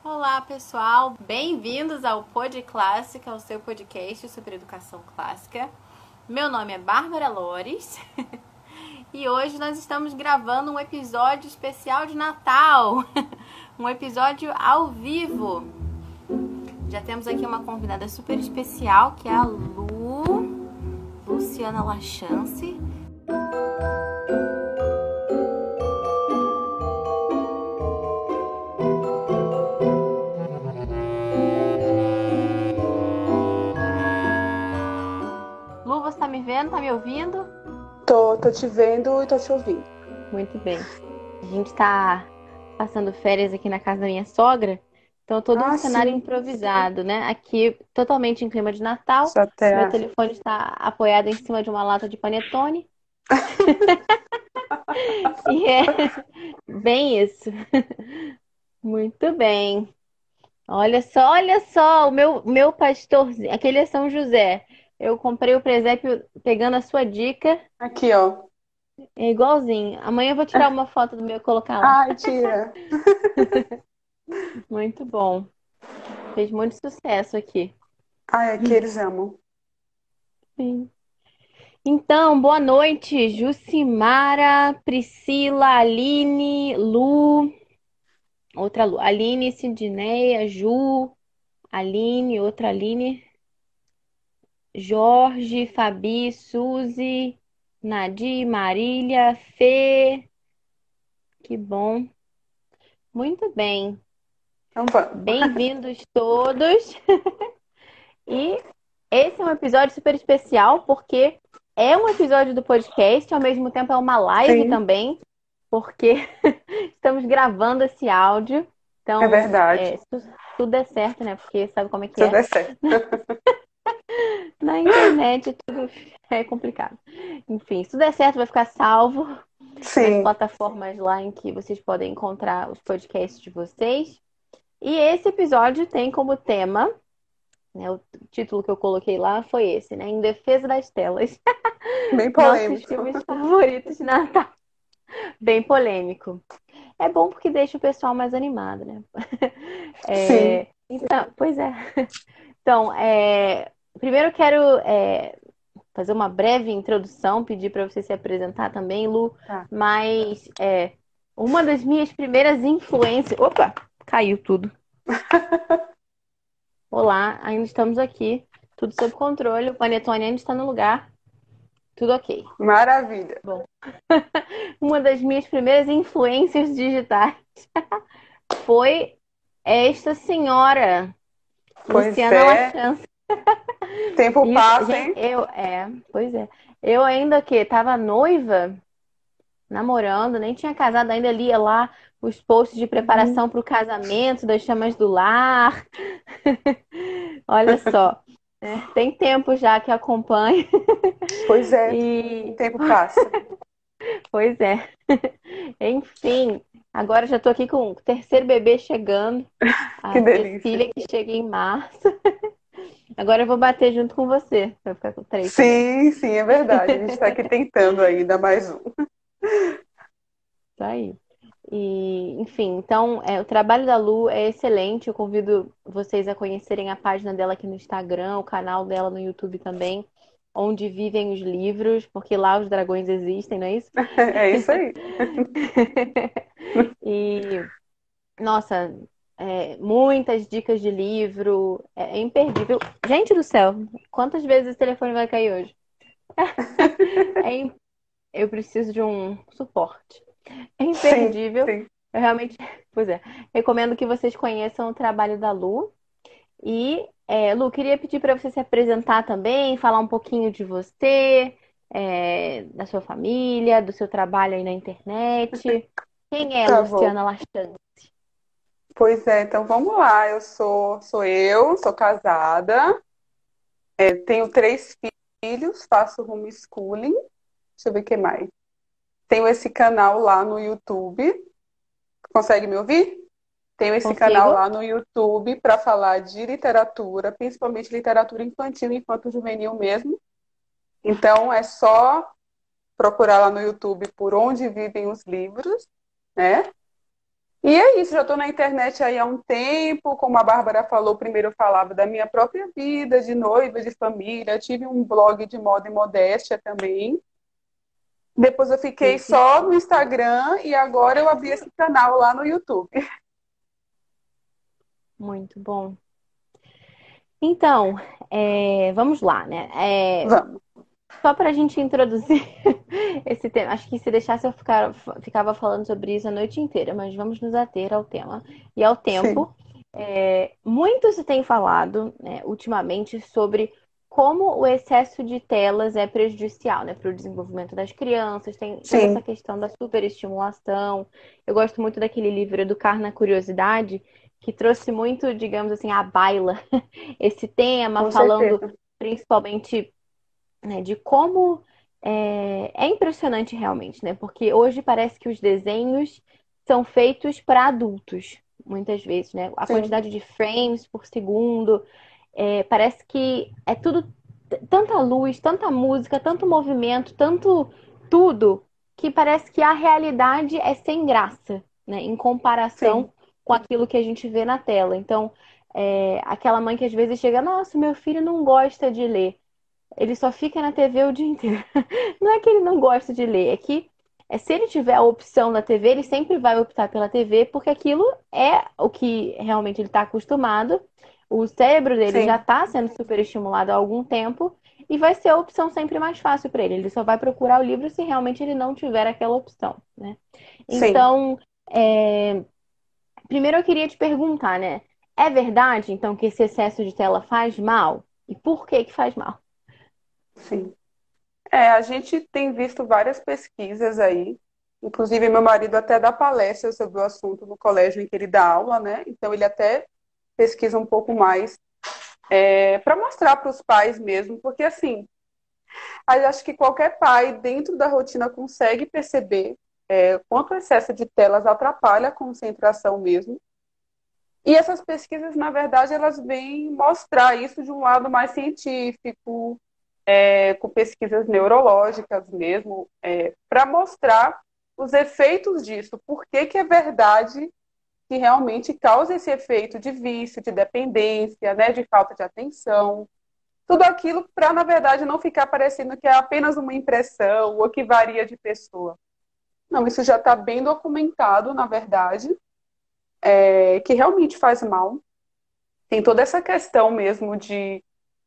Olá, pessoal! Bem-vindos ao Pod Clássica, o seu podcast sobre educação clássica. Meu nome é Bárbara Lores e hoje nós estamos gravando um episódio especial de Natal, um episódio ao vivo. Já temos aqui uma convidada super especial, que é a Luciana Lachance. Lu, você tá me vendo? Tá me ouvindo? Tô te vendo e tô te ouvindo. Muito bem. A gente tá passando férias aqui na casa da minha sogra, então todo um cenário Sim. improvisado, né? Aqui totalmente em clima de Natal. Só Meu até... telefone está apoiado em cima de uma lata de panetone. E é bem isso. Muito bem. Olha só, o meu pastorzinho, aquele é São José. Eu comprei o presépio pegando a sua dica, Aqui, ó. é igualzinho. Amanhã eu vou tirar uma foto do meu e colocar lá. Ai, tira. Muito bom. Fez muito sucesso aqui. Ai, aqui eles amam. Sim. Então, boa noite, Jucimara, Priscila, Aline, Lu, outra Lu, Aline, Sidneia, Ju, Aline, outra Aline, Jorge, Fabi, Suzy, Nadir, Marília, Fê, que bom. Muito bem. Então vamos. Bem-vindos todos. E esse é um episódio super especial porque é um episódio do podcast, ao mesmo tempo é uma live Sim, também, porque estamos gravando esse áudio. é Então, verdade. se tudo der certo, né? Porque sabe como é que Tudo é? é certo. Na internet tudo é complicado. Enfim, se tudo der certo, vai ficar salvo nas Sim. plataformas lá em que vocês podem encontrar os podcasts de vocês. E esse episódio tem como tema, né, o título que eu coloquei lá foi esse, né? Em Defesa das Telas. Bem Nossos polêmico. filmes favoritos de Natal. Bem polêmico. É bom porque deixa o pessoal mais animado, né? Sim. Então, pois é. Então, primeiro eu quero fazer uma breve introdução, pedir para você se apresentar também, Lu. Tá. Mas uma das minhas primeiras influências. Opa, caiu tudo. Olá, ainda estamos aqui. Tudo sob controle. O panetone ainda está no lugar. Tudo ok. Maravilha. Bom, uma das minhas primeiras influências digitais foi esta senhora, Pois Luciana é. Lachance. Tempo Isso, passa, gente, hein? pois é. Eu ainda que tava noiva, namorando, nem tinha casado, ainda lia lá os posts de Uhum. preparação para o casamento, das chamas do lar. Olha só, né? Tem tempo já que acompanho. Pois é. E, Tempo passa. pois é. Enfim, agora já tô aqui com o terceiro bebê chegando, Que a delícia. Cecília que chega em março. Agora eu vou bater junto com você, pra ficar com três também. Sim, sim, é verdade. A gente tá aqui tentando ainda mais um. Tá aí. E, enfim, então, o trabalho da Lu é excelente. Eu convido vocês a conhecerem a página dela aqui no Instagram, o canal dela no YouTube também, onde vivem os livros, porque lá os dragões existem, não é isso? É isso aí. E, nossa, muitas dicas de livro, é imperdível. Gente do céu, quantas vezes esse telefone vai cair hoje? É im- Eu preciso de um suporte. É Sim, imperdível. sim. Eu realmente, pois é, recomendo que vocês conheçam o trabalho da Lu. E, Lu, queria pedir para você se apresentar também, falar um pouquinho de você, da sua família, do seu trabalho aí na internet. Quem é Tá bom. Luciana Lachance? Pois é, então vamos lá. Sou casada, tenho 3 filhos, faço homeschooling. Deixa eu ver o que mais. Tenho esse canal lá no YouTube. Consegue me ouvir? Tenho esse canal Consigo? lá no YouTube para falar de literatura, principalmente literatura infantil e infanto-juvenil mesmo. Então é só procurar lá no YouTube por onde vivem os livros, né? E é isso, já estou na internet aí há um tempo, como a Bárbara falou, primeiro eu falava da minha própria vida, de noiva, de família, tive um blog de moda e modéstia também. Depois eu fiquei Sim, só no Instagram e agora eu abri esse canal lá no YouTube. muito bom. Então, vamos lá, né? Vamos. Só para a gente introduzir esse tema, acho que se deixasse ficava falando sobre isso a noite inteira, mas vamos nos ater ao tema e ao Sim, tempo. Muito se tem falado, né, ultimamente sobre como o excesso de telas é prejudicial, né, para o desenvolvimento das crianças. Tem toda essa sim, questão da superestimulação. Eu gosto muito daquele livro Educar na Curiosidade, que trouxe muito, digamos assim, à baila esse tema, com falando certeza. principalmente, né, de como é impressionante realmente, né? Porque hoje parece que os desenhos são feitos para adultos, muitas vezes, né? A Sim, quantidade de frames por segundo, parece que é tudo tanta luz, tanta música, tanto movimento, tanto tudo, que parece que a realidade é sem graça, né? Em sim, comparação com aquilo que a gente vê na tela. Então, aquela mãe que às vezes chega, nossa, meu filho não gosta de ler. Ele só fica na TV o dia inteiro. Não é que ele não gosta de ler, é que se ele tiver a opção na TV, ele sempre vai optar pela TV, porque aquilo é o que realmente ele está acostumado. O cérebro dele já sim, está sendo superestimulado há algum tempo e vai ser a opção sempre mais fácil para ele. Ele só vai procurar o livro se realmente ele não tiver aquela opção, né? sim, Então, primeiro eu queria te perguntar, né? É verdade, então, que esse excesso de tela faz mal? E por que que faz mal? sim. A gente tem visto várias pesquisas aí, inclusive meu marido até dá palestra sobre o assunto no colégio em que ele dá aula, né? Então ele até pesquisa um pouco mais para mostrar para os pais mesmo, porque assim, aí acho que qualquer pai dentro da rotina consegue perceber quanto o excesso de telas atrapalha a concentração mesmo. E essas pesquisas, na verdade, elas vêm mostrar isso de um lado mais científico, com pesquisas neurológicas mesmo, para mostrar os efeitos disso, por que que é verdade que realmente causa esse efeito de vício, de dependência, né, de falta de atenção. Tudo aquilo para, na verdade, não ficar parecendo que é apenas uma impressão ou que varia de pessoa. Não, isso já está bem documentado, na verdade, que realmente faz mal. Tem toda essa questão mesmo de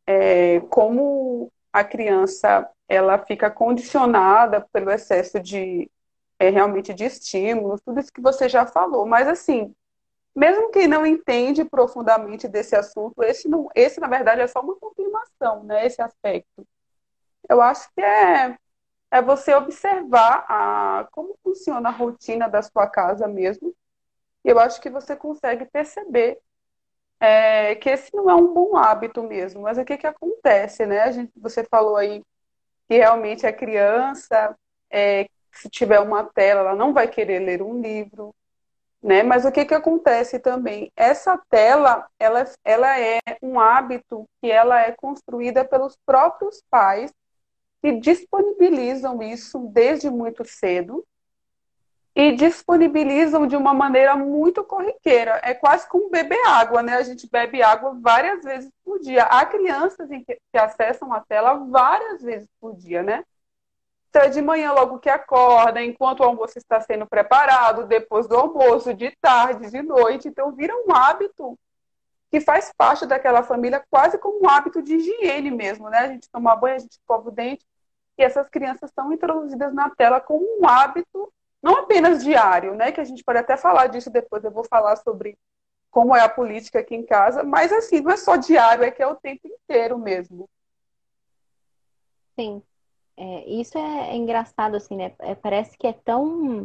como a criança ela fica condicionada pelo excesso de realmente de estímulos, tudo isso que você já falou. Mas assim, mesmo quem não entende profundamente desse assunto, esse na verdade é só uma confirmação, né? Esse aspecto. Eu acho que é você observar como funciona a rotina da sua casa mesmo. E eu acho que você consegue perceber que esse não é um bom hábito mesmo. Mas o que que acontece, né? Você falou aí que realmente a criança, se tiver uma tela, ela não vai querer ler um livro, né? Mas o que que acontece também? Essa tela, ela é um hábito que ela é construída pelos próprios pais que disponibilizam isso desde muito cedo e disponibilizam de uma maneira muito corriqueira. É quase como beber água, né? A gente bebe água várias vezes por dia. Há crianças que acessam a tela várias vezes por dia, né? Então, é de manhã logo que acorda, enquanto o almoço está sendo preparado, depois do almoço, de tarde, de noite. Então, vira um hábito que faz parte daquela família, quase como um hábito de higiene mesmo, né? A gente toma banho, a gente escova o dente, e essas crianças são introduzidas na tela como um hábito, não apenas diário, né? Que a gente pode até falar disso depois, eu vou falar sobre como é a política aqui em casa, mas assim, não é só diário, é que é o tempo inteiro mesmo. Sim. Isso é engraçado, assim, né? Parece que é tão.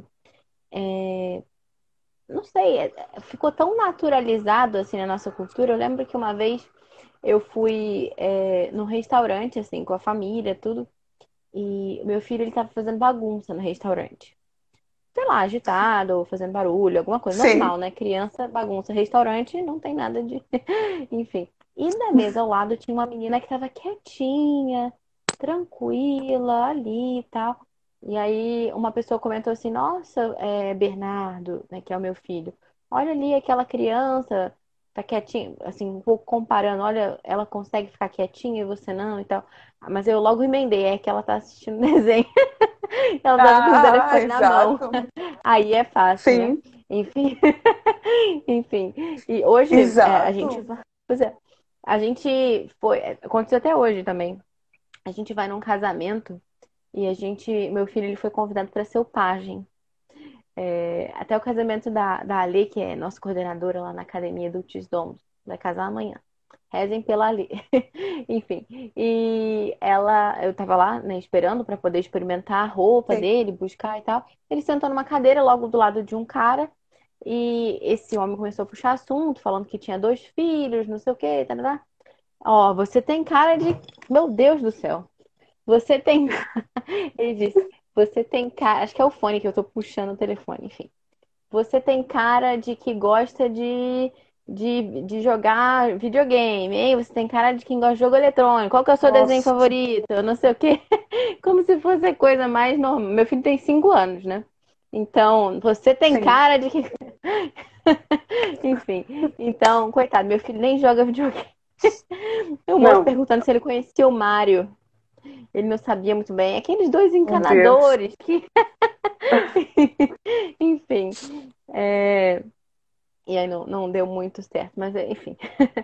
Não sei, ficou tão naturalizado, assim, na nossa cultura. Eu lembro que uma vez eu fui num restaurante, assim, com a família, tudo, e o meu filho, ele tava fazendo bagunça no restaurante. Sei lá, agitado, ou fazendo barulho, alguma coisa. Sim, Normal, né? Criança, bagunça, restaurante, não tem nada de. Enfim. E na mesa ao lado tinha uma menina que tava quietinha, tranquila ali e tal. E aí uma pessoa comentou assim, nossa, Bernardo, né, que é o meu filho, olha ali aquela criança, tá quietinha, assim, um pouco comparando, olha, ela consegue ficar quietinha e você não e tal. Mas eu logo emendei, é que ela tá assistindo desenho, ela tá com o Ah, telefone na mão. exato. Aí é fácil, né? Sim, Enfim, enfim. E hoje a gente exato. vai. Pois é, a gente foi. Aconteceu até hoje também. A gente vai num casamento e meu filho, ele foi convidado para ser o pajem. Até o casamento da Ale, que é nossa coordenadora lá na academia do Tisdom, vai casar amanhã. Rezem pela Ale. Enfim. E eu tava lá, né, esperando para poder experimentar a roupa Sim. dele, buscar e tal. Ele sentou numa cadeira logo do lado de um cara. E esse homem começou a puxar assunto, falando que tinha 2 filhos, não sei o quê, tá. Ó, você tem cara de. Meu Deus do céu. Você tem. Ele disse, você tem cara. Acho que é o fone que eu tô puxando o telefone, enfim. Você tem cara de que gosta de jogar videogame, hein? Você tem cara de quem gosta de jogo eletrônico. Qual que é o seu desenho Nossa, favorito? Eu não sei o quê. Como se fosse a coisa mais normal. Meu filho tem 5 anos, né? Então, você tem sim. cara de que. Enfim. Então, coitado, meu filho nem joga videogame. O moço Não, perguntando se ele conhecia o Mario. Ele não sabia muito bem. Aqueles dois meu Deus. encanadores que. Enfim. É, e aí não deu muito certo, mas enfim.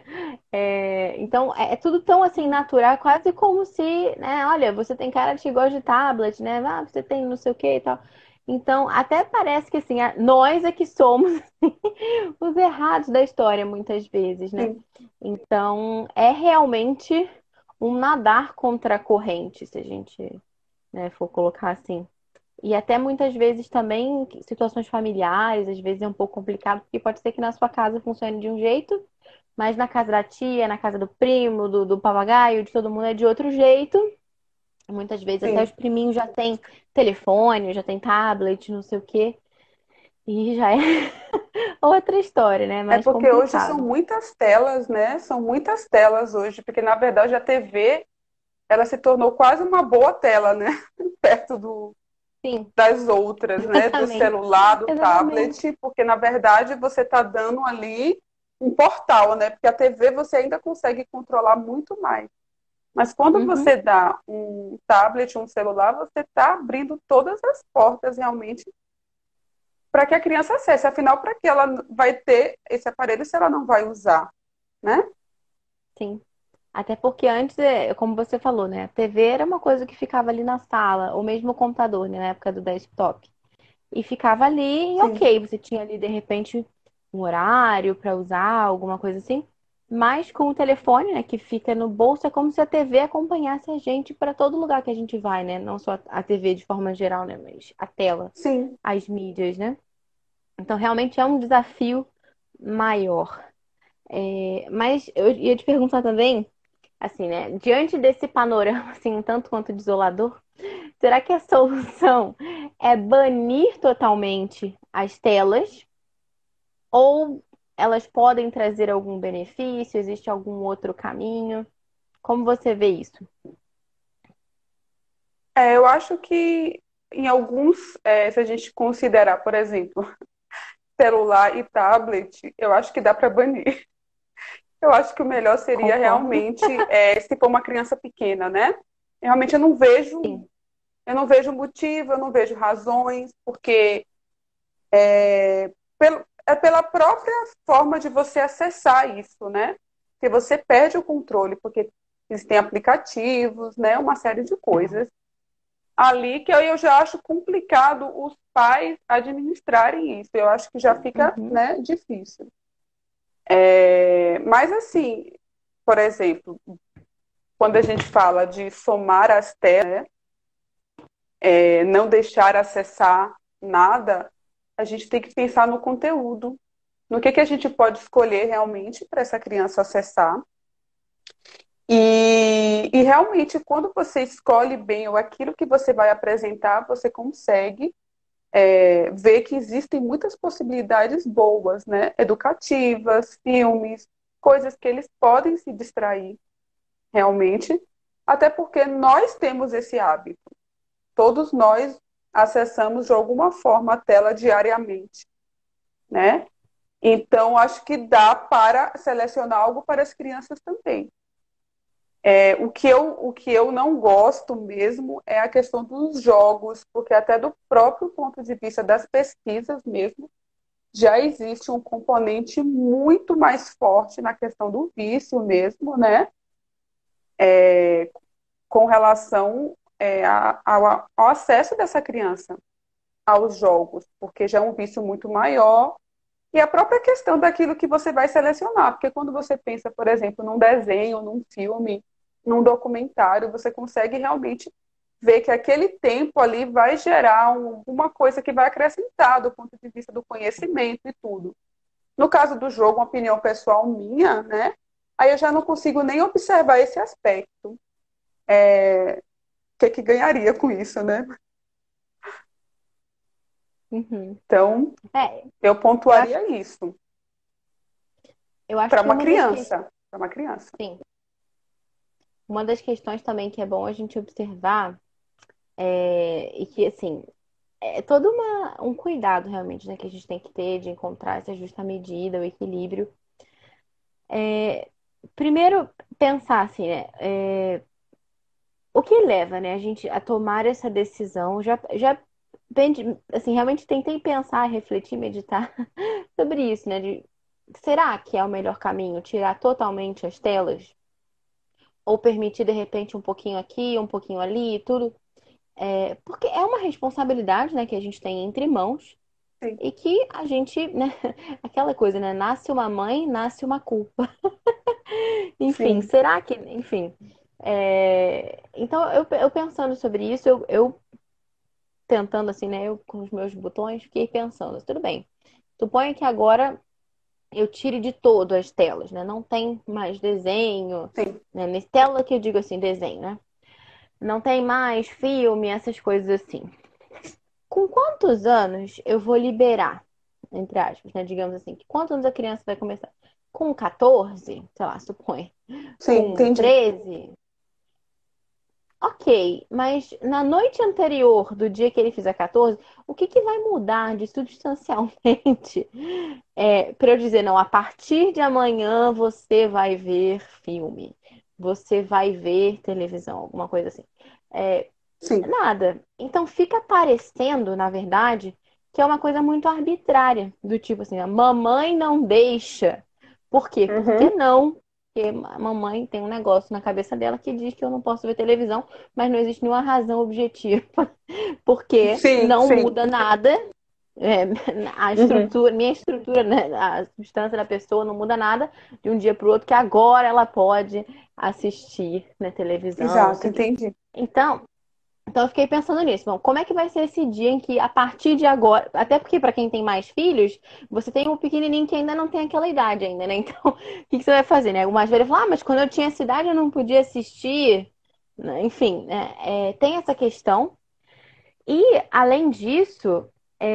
Então, é tudo tão assim natural, quase como se, né? Olha, você tem cara de que gosta de tablet, né? Ah, você tem não sei o que e tal. Então, até parece que assim, nós é que somos os errados da história, muitas vezes, né? Sim. Então, é realmente um nadar contra a corrente, se a gente, né, for colocar assim. E até muitas vezes também situações familiares, às vezes é um pouco complicado, porque pode ser que na sua casa funcione de um jeito, mas na casa da tia, na casa do primo, do papagaio, de todo mundo é de outro jeito. Muitas vezes até os Sim. priminhos já têm telefone, já tem tablet, não sei o quê. E já é outra história, né? É Mais porque hoje são complicado. muitas telas, né? São muitas telas hoje, porque na verdade a TV ela se tornou quase uma boa tela, né? Perto Sim, das outras, né? Do exatamente. celular, do Exatamente. tablet, porque na verdade você está dando ali um portal, né? Porque a TV você ainda consegue controlar muito mais. Mas quando Uhum. você dá um tablet, um celular, você está abrindo todas as portas realmente para que a criança acesse. Afinal, para que ela vai ter esse aparelho se ela não vai usar, né? Sim. Até porque antes, como você falou, né? A TV era uma coisa que ficava ali na sala, ou mesmo o computador, né? Na época do desktop. E ficava ali, e Sim, ok, você tinha ali de repente um horário para usar, alguma coisa assim. Mas com o telefone, né, que fica no bolso, é como se a TV acompanhasse a gente para todo lugar que a gente vai, né? Não só a TV de forma geral, né, mas a tela, sim. as mídias, né? Então realmente é um desafio maior. Mas eu ia te perguntar também, assim, né? Diante desse panorama, assim, um tanto quanto desolador, será que a solução é banir totalmente as telas ou elas podem trazer algum benefício? Existe algum outro caminho? Como você vê isso? Eu acho que em alguns, se a gente considerar, por exemplo, celular e tablet, eu acho que dá para banir. Eu acho que o melhor seria Concordo. realmente, se for uma criança pequena, né? Realmente eu não vejo motivo, eu não vejo razões, porque é pela própria forma de você acessar isso, né? Que você perde o controle, porque existem aplicativos, né? Uma série de coisas ali que eu já acho complicado os pais administrarem isso. Eu acho que já fica, Uhum, né, difícil. Mas assim, por exemplo, quando a gente fala de somar as telas, não deixar acessar nada, a gente tem que pensar no conteúdo, no que a gente pode escolher realmente para essa criança acessar. E realmente, quando você escolhe bem ou aquilo que você vai apresentar, você consegue ver que existem muitas possibilidades boas, né? Educativas, filmes, coisas que eles podem se distrair realmente, até porque nós temos esse hábito. Todos nós acessamos de alguma forma a tela diariamente, né? Então, acho que dá para selecionar algo para as crianças também. O que eu não gosto mesmo é a questão dos jogos, porque até do próprio ponto de vista das pesquisas mesmo, já existe um componente muito mais forte na questão do vício mesmo, né? Com relação ao acesso dessa criança aos jogos, porque já é um vício muito maior. E a própria questão daquilo que você vai selecionar, porque quando você pensa, por exemplo, num desenho, num filme, num documentário, você consegue realmente ver que aquele tempo ali vai gerar uma coisa que vai acrescentar do ponto de vista do conhecimento e tudo. No caso do jogo, uma opinião pessoal minha, né? Aí eu já não consigo nem observar esse aspecto. O que que ganharia com isso, né? Uhum. Então, É, eu eu acho, pontuaria isso eu acho para que uma uma das questões, criança. Para uma criança. sim, uma das questões também que é bom a gente observar e que, assim, é todo um cuidado realmente, né, que a gente tem que ter de encontrar essa justa medida, o equilíbrio. Primeiro, pensar assim, né, o que leva, né, a gente a tomar essa decisão, já assim, realmente tentei pensar, refletir, meditar sobre isso, né, será que é o melhor caminho tirar totalmente as telas? Ou permitir, de repente, um pouquinho aqui, um pouquinho ali, tudo. Porque é uma responsabilidade, né, que a gente tem entre mãos Sim, e que a gente, né, aquela coisa, né, nasce uma mãe, nasce uma culpa. Enfim, sim. será que, enfim. Então, eu pensando sobre isso, eu tentando, assim, né, eu com os meus botões, fiquei pensando, tudo bem, suponha que agora eu tire de todo as telas, né, não tem mais desenho, Sim. né, nessa tela que eu digo assim, desenho, né? Não tem mais filme, essas coisas assim. Com quantos anos eu vou liberar? Entre aspas, né? Digamos assim. Quantos anos a criança vai começar? Com 14, sei lá, supõe. Sim, Com entendi. 13? Ok, mas na noite anterior do dia que ele fizer 14, o que que vai mudar de substancialmente? Para eu dizer, não, a partir de amanhã você vai ver filme, você vai ver televisão, alguma coisa assim. É, Sim. Nada. Então fica parecendo, na verdade, que é uma coisa muito arbitrária, do tipo assim, a mamãe não deixa. Por quê? Porque Uhum. não. Porque a mamãe tem um negócio na cabeça dela que diz que eu não posso ver televisão, mas não existe nenhuma razão objetiva, porque Sim, não sim. muda nada. É, a Uhum. estrutura, minha estrutura, né, a substância da pessoa não muda nada de um dia para o outro, que agora ela pode assistir na televisão, não Exato, sei o quê. entendi. Então eu fiquei pensando nisso. Bom, como é que vai ser esse dia em que, a partir de agora, até porque para quem tem mais filhos, você tem um pequenininho que ainda não tem aquela idade ainda, né? Então, o que que você vai fazer, né? O mais velho fala, mas quando eu tinha essa idade eu não podia assistir. Né? Enfim, né? Tem essa questão. E, além disso,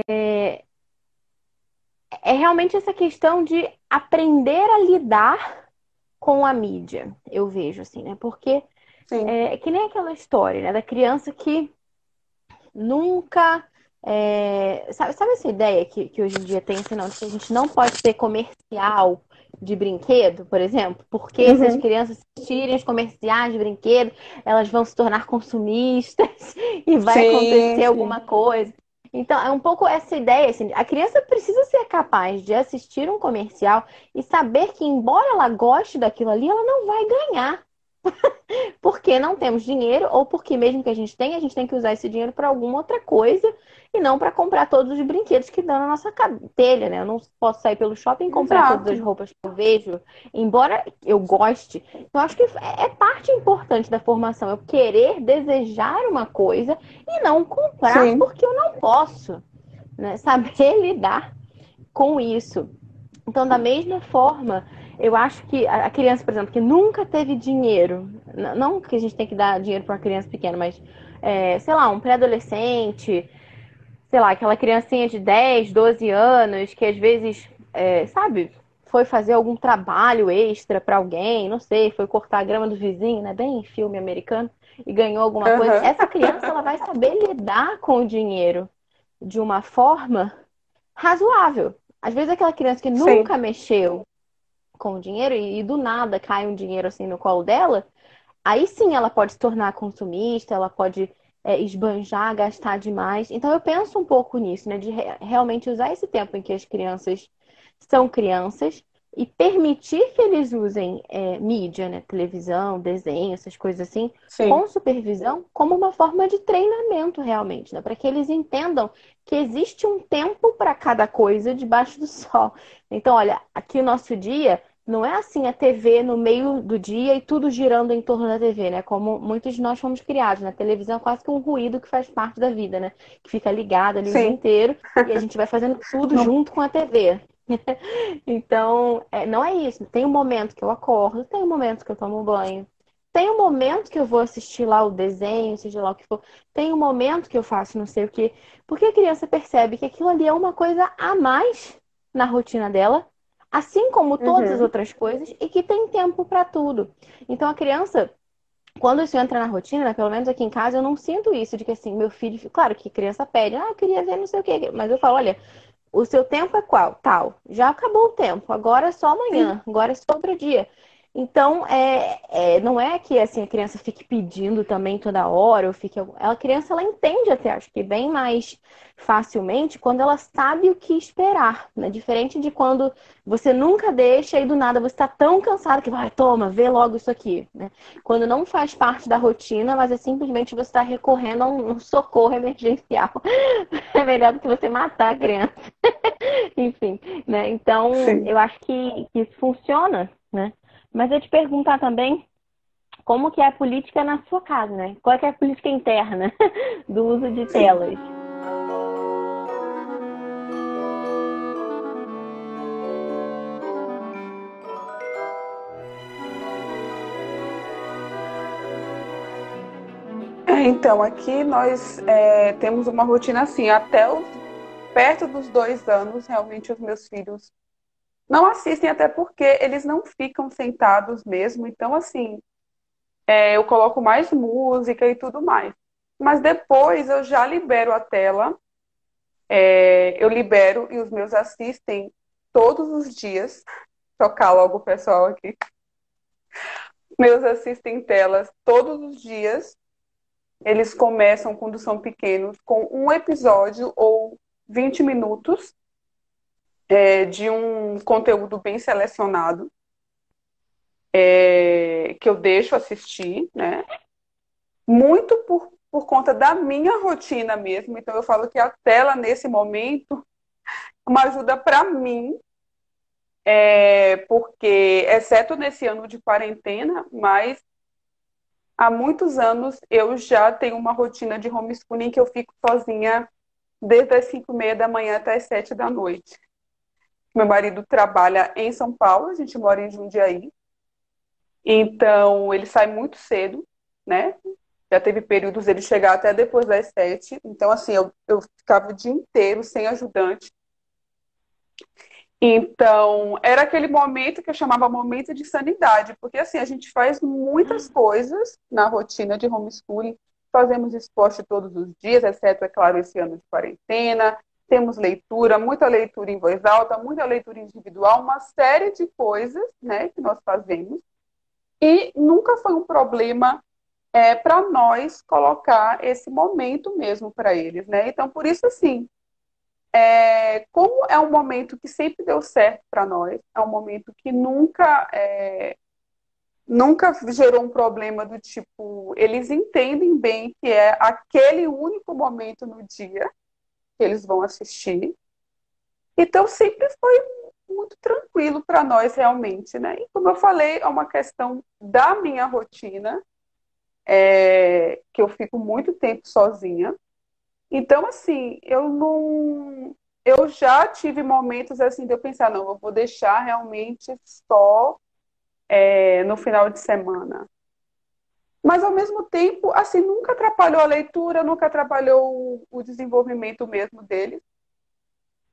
é realmente essa questão de aprender a lidar com a mídia, eu vejo assim, né? Porque Sim. é que nem aquela história, né? Da criança que nunca. Sabe essa ideia que hoje em dia tem, assim, não, de que a gente não pode ter comercial de brinquedo, por exemplo? Porque se as Uhum. crianças assistirem os comerciais de brinquedo, elas vão se tornar consumistas e vai Sim, acontecer sim. alguma coisa. Então, é um pouco essa ideia, assim, a criança precisa ser capaz de assistir um comercial e saber que, embora ela goste daquilo ali, ela não vai ganhar porque não temos dinheiro ou porque mesmo que a gente tem que usar esse dinheiro para alguma outra coisa e não para comprar todos os brinquedos que dão na nossa telha, né? Eu não posso sair pelo shopping e comprar todas as Exato. roupas que eu vejo, embora eu goste. Eu acho que é parte importante da formação, eu querer desejar uma coisa e não comprar Sim. porque eu não posso, né? Saber lidar com isso. Então, da mesma forma, eu acho que a criança, por exemplo, que nunca teve dinheiro, não que a gente tem que dar dinheiro para uma criança pequena, mas, sei lá, um pré-adolescente, sei lá, aquela criancinha de 10, 12 anos, que às vezes, sabe, foi fazer algum trabalho extra para alguém, não sei, foi cortar a grama do vizinho, né? Bem filme americano, e ganhou alguma coisa. Aham. Essa criança, ela vai saber lidar com o dinheiro de uma forma razoável. Às vezes aquela criança que Sim, nunca mexeu com o dinheiro e do nada cai um dinheiro assim no colo dela, aí sim ela pode se tornar consumista, ela pode esbanjar, gastar demais. Então eu penso um pouco nisso, né? De realmente usar esse tempo em que as crianças são crianças e permitir que eles usem mídia, né? Televisão, desenho, essas coisas assim, sim. com supervisão, como uma forma de treinamento realmente, né? Para que eles entendam que existe um tempo para cada coisa debaixo do sol. Então, olha, aqui o nosso dia não é assim a TV no meio do dia e tudo girando em torno da TV, né? Como muitos de nós fomos criados. Na televisão é quase que um ruído que faz parte da vida, né? Que fica ligado ali o dia Sim. inteiro e a gente vai fazendo tudo Não. junto com a TV. Então, não é isso. Tem um momento que eu acordo, tem um momento que eu tomo banho, tem um momento que eu vou assistir lá o desenho, seja lá o que for. Tem um momento que eu faço não sei o quê. Porque a criança percebe que aquilo ali é uma coisa a mais na rotina dela, assim como todas as Uhum. outras coisas, e que tem tempo para tudo. Então a criança, quando isso entra na rotina, né, pelo menos aqui em casa, eu não sinto isso de que assim, meu filho, claro que criança pede, eu queria ver não sei o quê, mas eu falo, olha, o seu tempo é qual? Tal. Já acabou o tempo. Agora é só Sim. amanhã. Agora é só outro dia. Então, não é que assim, a criança fique pedindo também toda hora, ou fique. A criança ela entende até, acho que bem mais facilmente quando ela sabe o que esperar, né? Diferente de quando você nunca deixa e do nada você está tão cansado que vai, toma, vê logo isso aqui, né? Quando não faz parte da rotina, mas é simplesmente você está recorrendo a um socorro emergencial. É melhor do que você matar a criança. Enfim, né? Então, Sim. eu acho que isso funciona, né? Mas eu te perguntar também como que é a política na sua casa, né? Qual é, que é a política interna do uso de Sim. telas? Então, aqui nós temos uma rotina assim, perto dos 2 anos, realmente os meus filhos não assistem, até porque eles não ficam sentados mesmo. Então, assim, eu coloco mais música e tudo mais. Mas depois eu já libero a tela, eu libero e os meus assistem todos os dias. Tocar logo o pessoal aqui. Meus assistem telas todos os dias. Eles começam, quando são pequenos, com um episódio ou 20 minutos de um conteúdo bem selecionado, que eu deixo assistir, né? Muito por conta da minha rotina mesmo. Então, eu falo que a tela, nesse momento, é uma ajuda para mim, porque, exceto nesse ano de quarentena, mas há muitos anos eu já tenho uma rotina de homeschooling que eu fico sozinha desde as 5:30 da manhã até as 7 da noite. Meu marido trabalha em São Paulo, a gente mora em Jundiaí, então ele sai muito cedo, né? Já teve períodos ele chegar até depois das 7. Então, assim, eu ficava o dia inteiro sem ajudante. Então, era aquele momento que eu chamava momento de sanidade, porque assim, a gente faz muitas coisas na rotina de homeschooling, fazemos esporte todos os dias, exceto, é claro, esse ano de quarentena, temos leitura, muita leitura em voz alta, muita leitura individual, uma série de coisas, né, que nós fazemos, e nunca foi um problema para nós colocar esse momento mesmo para eles, né? Então, por isso, assim, como é um momento que sempre deu certo para nós, é um momento que nunca gerou um problema do tipo, eles entendem bem que é aquele único momento no dia que eles vão assistir. Então sempre foi muito tranquilo para nós realmente, né? E como eu falei, é uma questão da minha rotina, que eu fico muito tempo sozinha. Então, assim, eu não. Eu já tive momentos assim de eu pensar, não, eu vou deixar realmente só no final de semana. Mas ao mesmo tempo, assim, nunca atrapalhou a leitura, nunca atrapalhou o desenvolvimento mesmo deles.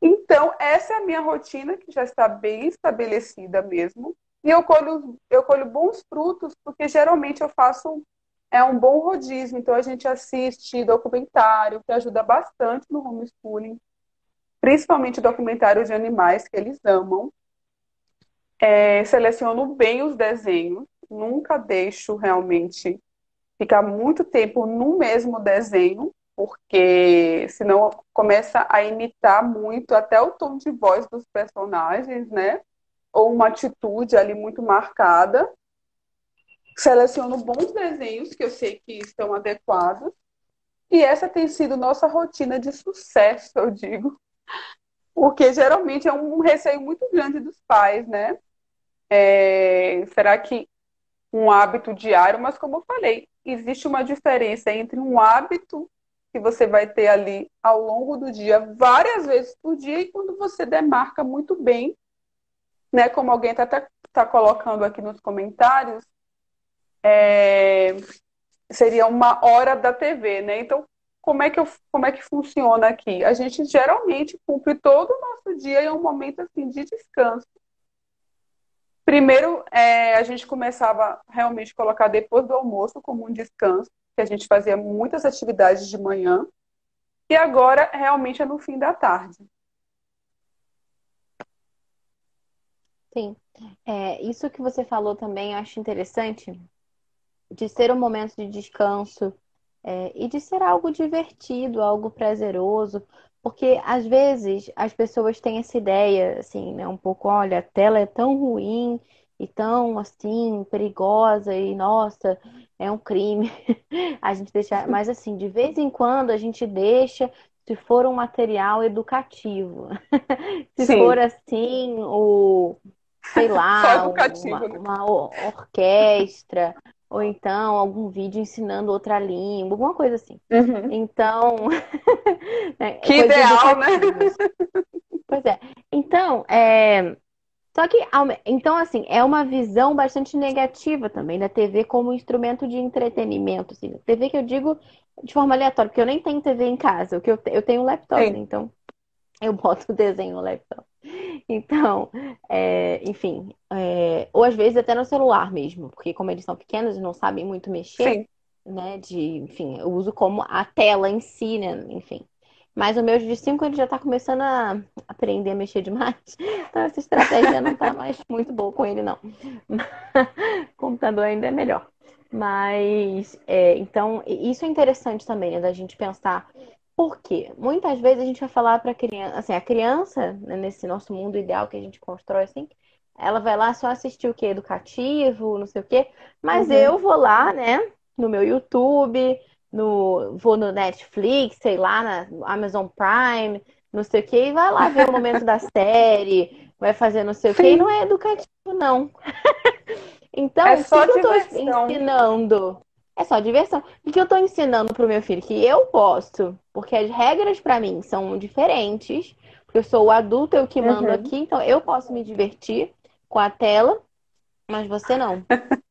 Então, essa é a minha rotina, que já está bem estabelecida mesmo. E eu colho bons frutos, porque geralmente eu faço um bom rodízio. Então, a gente assiste documentário, que ajuda bastante no homeschooling, principalmente documentários de animais que eles amam. Seleciono bem os desenhos, nunca deixo realmente ficar muito tempo no mesmo desenho, porque senão começa a imitar muito até o tom de voz dos personagens, né? Ou uma atitude ali muito marcada. Seleciono bons desenhos que eu sei que estão adequados. E essa tem sido nossa rotina de sucesso, eu digo, porque geralmente é um receio muito grande dos pais, né? Será que um hábito diário? Mas como eu falei, existe uma diferença entre um hábito que você vai ter ali ao longo do dia, várias vezes por dia, e quando você demarca muito bem, né? Como alguém tá colocando aqui nos comentários, é, seria uma hora da TV, né? Então, como é que funciona aqui? A gente geralmente cumpre todo o nosso dia em um momento assim de descanso. Primeiro, a gente começava realmente a colocar depois do almoço como um descanso, que a gente fazia muitas atividades de manhã, e agora realmente é no fim da tarde. Sim. Isso que você falou também eu acho interessante, de ser um momento de descanso, e de ser algo divertido, algo prazeroso, porque às vezes as pessoas têm essa ideia, assim, né, um pouco, olha, a tela é tão ruim e tão, assim, perigosa e, nossa, é um crime a gente deixar, mas assim, de vez em quando a gente deixa se for um material educativo. Se for Sim, assim, sei só lá, educativo, né? uma orquestra, ou então algum vídeo ensinando outra língua, alguma coisa assim. Uhum. Então, Que coisas ideal, né? educativas. Pois é. Então, só que, então, assim, é uma visão bastante negativa também da TV como instrumento de entretenimento, assim. TV que eu digo de forma aleatória, porque eu nem tenho TV em casa, eu tenho um laptop, né? Sim, Então eu boto o desenho no laptop. Então, enfim, ou às vezes até no celular mesmo, porque como eles são pequenos e não sabem muito mexer, sim. né, enfim, eu uso como a tela em si, né, enfim. Mas o meu de 5 ele já tá começando a aprender a mexer demais, então essa estratégia não tá mais muito boa com ele, não. O computador ainda é melhor. Mas, então, isso é interessante também, né, da gente pensar por quê? Muitas vezes a gente vai falar para a criança, assim, a criança, né, nesse nosso mundo ideal que a gente constrói assim, ela vai lá só assistir o quê? Educativo, não sei o quê, mas Uhum. eu vou lá, né, no meu YouTube, vou no Netflix, sei lá, no Amazon Prime, não sei o quê, e vai lá ver o momento da série, vai fazer não sei o quê, e não Sim, é educativo, não. é Então, o que só que eu estou diversão. ensinando? É só diversão. O que eu estou ensinando pro meu filho? Que eu posso, porque as regras para mim são diferentes, porque eu sou o adulto, eu que mando Uhum. aqui, então eu posso me divertir com a tela, mas você não.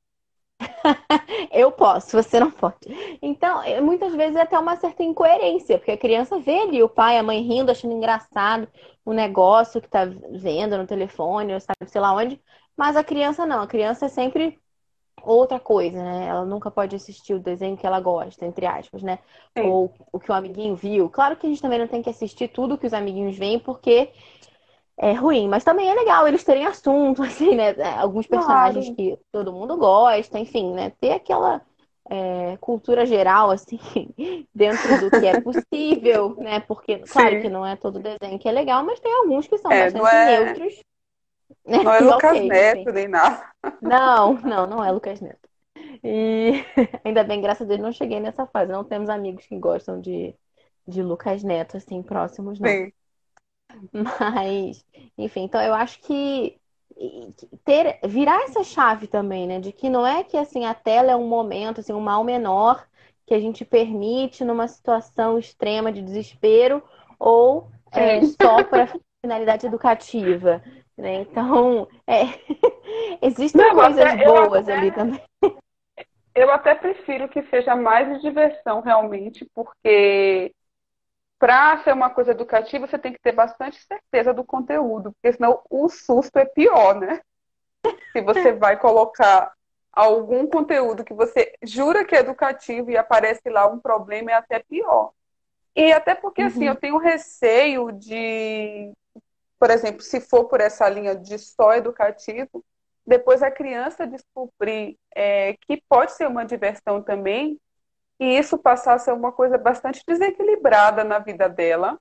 Eu posso, você não pode. Então, muitas vezes é até uma certa incoerência, porque a criança vê ali o pai, a mãe rindo, achando engraçado o negócio que tá vendo no telefone, ou sabe, sei lá onde, mas a criança não. A criança é sempre outra coisa, né? Ela nunca pode assistir o desenho que ela gosta, entre aspas, né? Sim, Ou o que o amiguinho viu. Claro que a gente também não tem que assistir tudo que os amiguinhos veem, porque é ruim, mas também é legal eles terem assunto, assim, né? Alguns personagens claro. que todo mundo gosta, enfim, né? Ter aquela cultura geral, assim, dentro do que é possível, né? Porque, claro que Sim. não é todo desenho que é legal, mas tem alguns que são Não bastante é, neutros, né? não é E Lucas ok, enfim. Neto nem nada. Não, não, não é Lucas Neto. E ainda bem, graças a Deus, não cheguei nessa fase. Não temos amigos que gostam de Lucas Neto, assim, próximos, não. Sim. Mas, enfim, então eu acho que virar essa chave também, né? De que não é que assim a tela é um momento, assim, um mal menor que a gente permite numa situação extrema de desespero ou Sim. só para finalidade educativa, né? Então, existem Não, coisas boas ali também. eu até prefiro que seja mais de diversão, realmente, porque para ser uma coisa educativa, você tem que ter bastante certeza do conteúdo, porque senão o susto é pior, né? Se você vai colocar algum conteúdo que você jura que é educativo e aparece lá um problema, é até pior. E até porque, assim, eu Uhum, tenho receio de, por exemplo, se for por essa linha de só educativo, depois a criança descobrir que pode ser uma diversão também, e isso passar a ser uma coisa bastante desequilibrada na vida dela,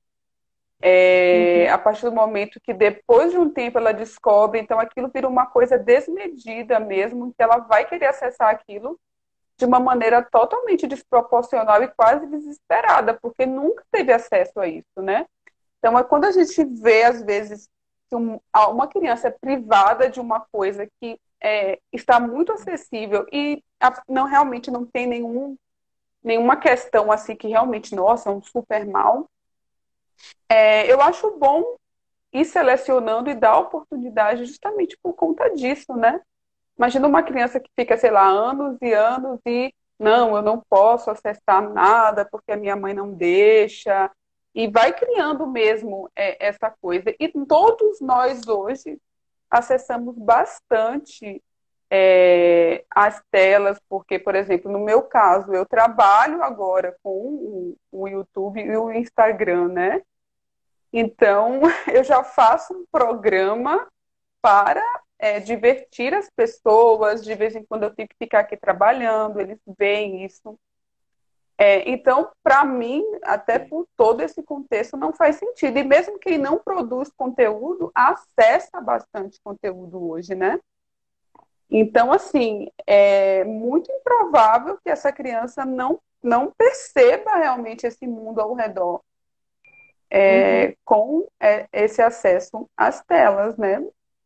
uhum, a partir do momento que depois de um tempo ela descobre, então aquilo vira uma coisa desmedida mesmo, que ela vai querer acessar aquilo de uma maneira totalmente desproporcional e quase desesperada, porque nunca teve acesso a isso, né? Então, é quando a gente vê, às vezes, que uma criança é privada de uma coisa que está muito acessível e não realmente não tem nenhuma questão assim que realmente, nossa, é um super mal. Eu acho bom ir selecionando e dar oportunidade justamente por conta disso, né? Imagina uma criança que fica, sei lá, anos e anos e não, eu não posso acessar nada porque a minha mãe não deixa. E vai criando mesmo essa coisa. E todos nós hoje acessamos bastante as telas, porque, por exemplo, no meu caso, eu trabalho agora com o YouTube e o Instagram, né? Então, eu já faço um programa para divertir as pessoas. De vez em quando eu tenho que ficar aqui trabalhando, eles veem isso. Então, para mim, até por todo esse contexto, não faz sentido. E mesmo quem não produz conteúdo, acessa bastante conteúdo hoje, né? Então, assim, é muito improvável que essa criança não perceba realmente esse mundo ao redor uhum. com esse acesso às telas, né?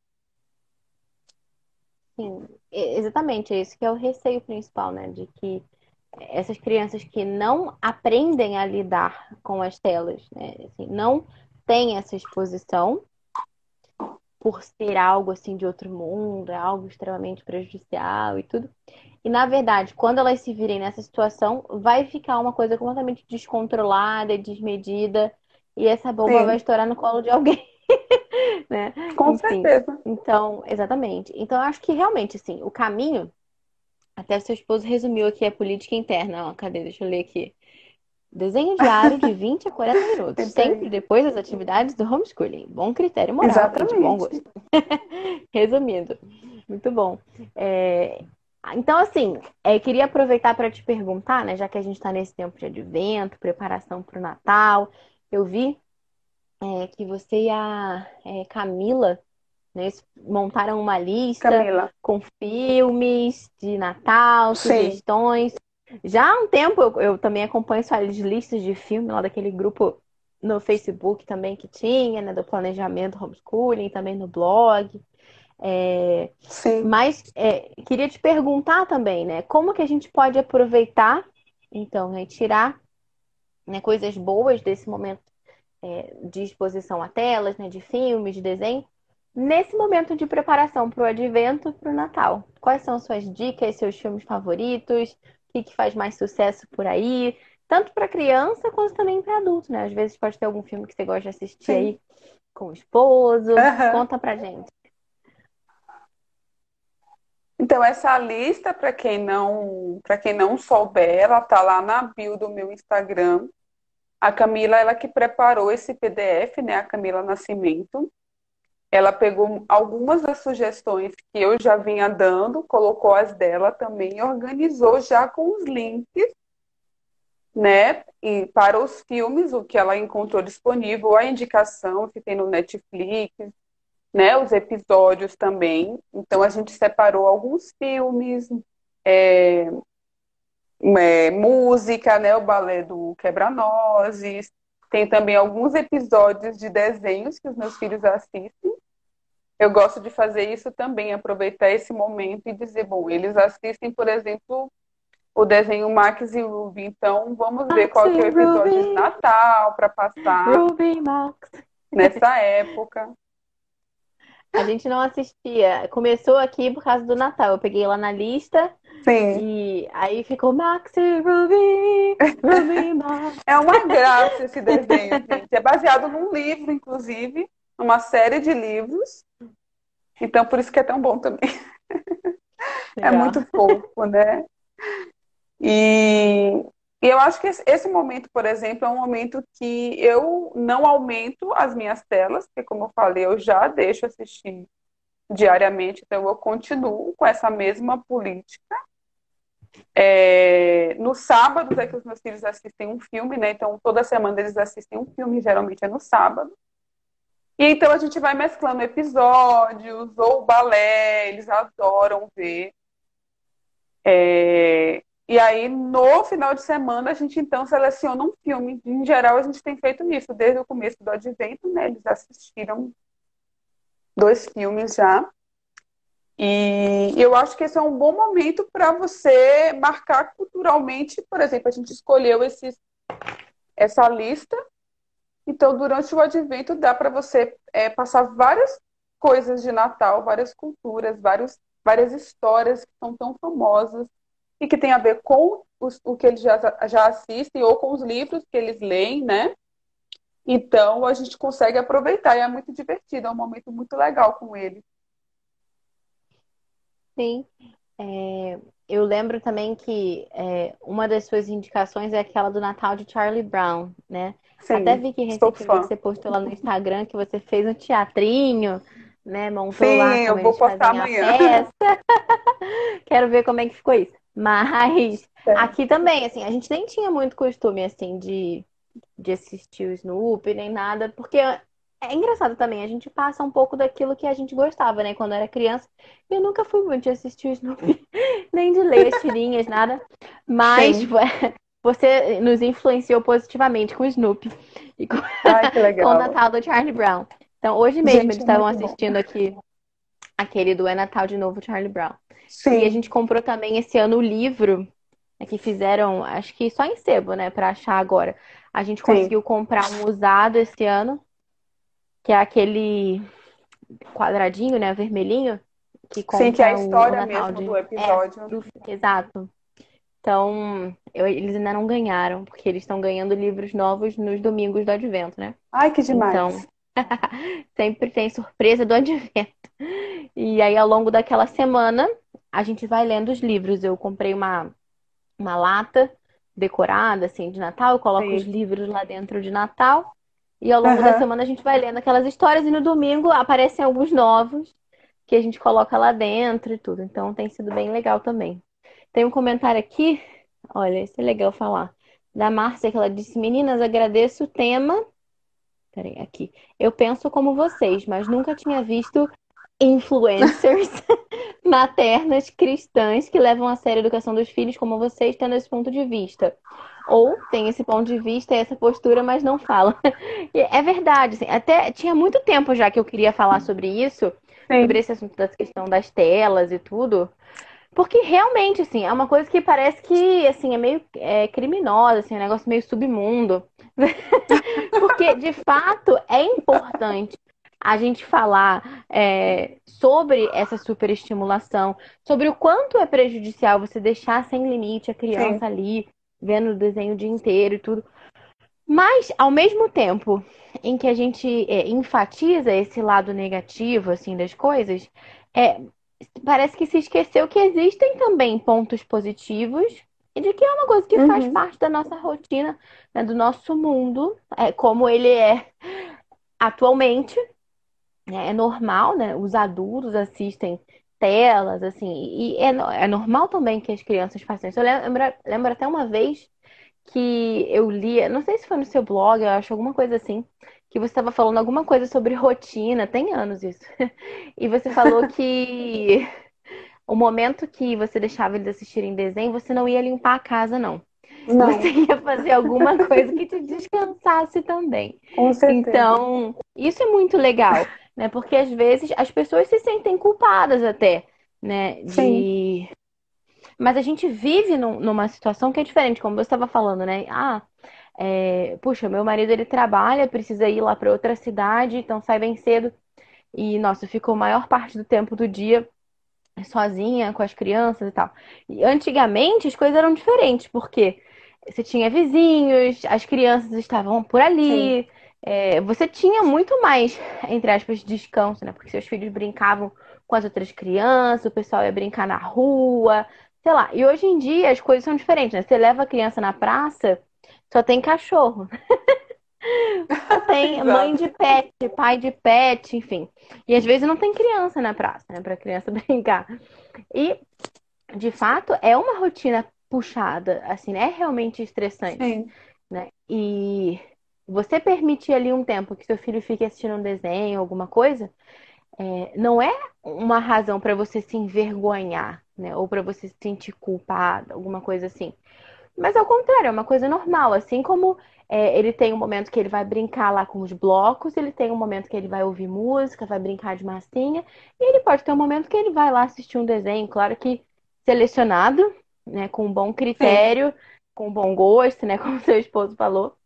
Sim, exatamente, é isso que é o receio principal, né? De que essas crianças que não aprendem a lidar com as telas, né? Assim, não têm essa exposição por ser algo assim de outro mundo, é algo extremamente prejudicial e tudo. E na verdade, quando elas se virem nessa situação, vai ficar uma coisa completamente descontrolada, desmedida, e essa bomba vai Sim, estourar no colo de alguém, né? com Enfim. certeza. Então, exatamente. Então, eu acho que realmente, assim, o caminho, até seu esposo resumiu aqui a política interna. Ó, cadê? Deixa eu ler aqui. Desenho diário de 20 a 40 minutos, sempre Entendi. depois das atividades do homeschooling. Bom critério moral e de bom Exatamente. gosto. Resumindo, muito bom. É, Então, assim, queria aproveitar para te perguntar, né, já que a gente está nesse tempo de advento, preparação para o Natal, eu vi que você e a Camila, né, montaram uma lista Camila. com filmes de Natal, Sim, sugestões. Já há um tempo eu também acompanho suas listas de filme lá daquele grupo no Facebook também que tinha, né, do planejamento homeschooling, também no blog. É, sim. mas queria te perguntar também, né, como que a gente pode aproveitar, então, né, tirar, né, coisas boas desse momento de exposição a telas, né, de filmes, de desenho, nesse momento de preparação para o advento, para o Natal. Quais são suas dicas, seus filmes favoritos? O que faz mais sucesso por aí? Tanto para criança quanto também para adulto, né? Às vezes pode ter algum filme que você gosta de assistir Sim. aí com o esposo. Aham. Conta pra gente. Então, essa lista, para quem não souber, ela tá lá na bio do meu Instagram. A Camila, ela que preparou esse PDF, né? A Camila Nascimento. Ela pegou algumas das sugestões que eu já vinha dando, colocou as dela também e organizou já com os links, né? E para os filmes, o que ela encontrou disponível, a indicação que tem no Netflix, né? Os episódios também. Então a gente separou alguns filmes, é, música, né? O balé do Quebra-Nozes. Tem também alguns episódios de desenhos que os meus filhos assistem. Eu gosto de fazer isso também, aproveitar esse momento e dizer, bom, eles assistem, por exemplo, o desenho Max e Ruby, então vamos ver qual que é o Maxi, episódio de Ruby, Natal para passar Ruby, Max. nessa época. A gente não assistia. Começou aqui por causa do Natal. Eu peguei lá na lista. Sim. E aí ficou Maxi Ruby, Ruby Max. É uma graça esse desenho, gente. É baseado num livro, inclusive, uma série de livros. Então, por isso que é tão bom também. É muito Legal. fofo, né? E, e eu acho que esse momento, por exemplo, é um momento que eu não aumento as minhas telas, porque, como eu falei, eu já deixo assistir diariamente, então eu continuo com essa mesma política. No sábado é que os meus filhos assistem um filme, né? Então toda semana eles assistem um filme, geralmente é no sábado. E então a gente vai mesclando episódios ou balé, eles adoram ver. E aí no final de semana a gente então seleciona um filme. Em geral a gente tem feito isso desde o começo do advento, né? Eles assistiram 2 filmes já. E eu acho que esse é um bom momento para você marcar culturalmente. Por exemplo, a gente escolheu essa lista. Então, durante o advento, dá para você passar várias coisas de Natal, várias culturas, várias histórias que são tão famosas e que tem a ver com o que eles já assistem ou com os livros que eles leem, né? Então, a gente consegue aproveitar e é muito divertido, é um momento muito legal com eles. Sim. Eu lembro também que uma das suas indicações é aquela do Natal de Charlie Brown, né? Até Sim, vi que sou recentemente fã. você postou lá no Instagram que você fez um teatrinho, né? Montou lá Sim, como eu vou eles postar fazem a amanhã. peça. Quero ver como é que ficou isso. Mas É. aqui também, assim, a gente nem tinha muito costume, assim, de assistir o Snoopy nem nada, porque é engraçado também, a gente passa um pouco daquilo que a gente gostava, né? Quando era criança, eu nunca fui muito de assistir o Snoopy, nem de ler as tirinhas, nada. Mas Sim. você nos influenciou positivamente com o Snoopy e com, Ai, que com o legal. Natal do Charlie Brown. Então, hoje mesmo eles Gente, é estavam muito bom. assistindo aqui aquele do É Natal de Novo, Charlie Brown. E a Sim, gente comprou também esse ano o livro que fizeram, acho que só em sebo, né, pra achar agora. A gente sim. conseguiu comprar um usado esse ano, que é aquele quadradinho, né, vermelhinho, que Sim, que é a conta o história Natal mesmo do de. episódio. Exato. Então, eles ainda não ganharam, porque eles estão ganhando livros novos nos domingos do Advento, né? Ai, que Então, demais. sempre tem surpresa do Advento. E aí, ao longo daquela semana, a gente vai lendo os livros. Eu comprei uma lata decorada, assim, de Natal. Eu coloco os Sim. livros lá dentro de Natal. E ao longo da Aham. semana a gente vai lendo aquelas histórias. E no domingo aparecem alguns novos que a gente coloca lá dentro e tudo. Então tem sido bem legal também. Tem um comentário aqui, olha, isso é legal falar. Da Márcia, que ela disse: Meninas, agradeço o tema. Peraí, aqui. Eu penso como vocês, mas nunca tinha visto influencers maternas cristãs que levam a sério a educação dos filhos como vocês, tendo esse ponto de vista. Ou tem esse ponto de vista e essa postura, mas não falam. E é verdade, assim, até tinha muito tempo já que eu queria falar sobre isso, sobre Sim, esse assunto da questão das telas e tudo, porque realmente, assim, é uma coisa que parece que, assim, é meio criminosa, assim, é um negócio meio submundo. Porque, de fato, é importante a gente falar sobre essa superestimulação, sobre o quanto é prejudicial você deixar sem limite a sim, criança ali, vendo o desenho o dia inteiro e tudo. Mas, ao mesmo tempo em que a gente enfatiza esse lado negativo, assim, das coisas, é, parece que se esqueceu que existem também pontos positivos e de que é uma coisa que faz uhum, parte da nossa rotina, né, do nosso mundo, como ele é atualmente, né, é normal, né? Os adultos assistem telas, assim, e é normal também que as crianças façam isso. Eu lembro até uma vez que eu li, não sei se foi no seu blog, eu acho alguma coisa assim, que você estava falando alguma coisa sobre rotina, tem anos isso. E você falou que o momento que você deixava eles assistirem desenho, você não ia limpar a casa, não. Você não, ia fazer alguma coisa que te descansasse também. com certeza. Então, isso é muito legal, né? Porque às vezes as pessoas se sentem culpadas até, né? Sim, Mas a gente vive numa situação que é diferente, como você estava falando, né? Puxa, meu marido ele trabalha, precisa ir lá para outra cidade, então sai bem cedo. E, nossa, ficou a maior parte do tempo do dia sozinha com as crianças e tal. E antigamente as coisas eram diferentes, porque você tinha vizinhos, as crianças estavam por Sim, ali, você tinha muito mais, entre aspas, descanso, né? Porque seus filhos brincavam com as outras crianças, o pessoal ia brincar na rua, sei lá. E hoje em dia as coisas são diferentes, né? Você leva a criança na praça, só tem cachorro. Só tem mãe exato. de pet, pai de pet, enfim. E às vezes não tem criança na praça, né? Pra criança brincar. E de fato, é uma rotina puxada, assim, né? É realmente estressante, Sim, né? E você permitir ali um tempo que seu filho fique assistindo um desenho, alguma coisa, não é uma razão para você se envergonhar, né? Ou para você se sentir culpada, alguma coisa assim. Mas ao contrário, é uma coisa normal. Assim como ele tem um momento que ele vai brincar lá com os blocos, ele tem um momento que ele vai ouvir música, vai brincar de massinha, e ele pode ter um momento que ele vai lá assistir um desenho, claro que selecionado, né, com um bom sim, critério, com bom gosto, né, como seu esposo falou,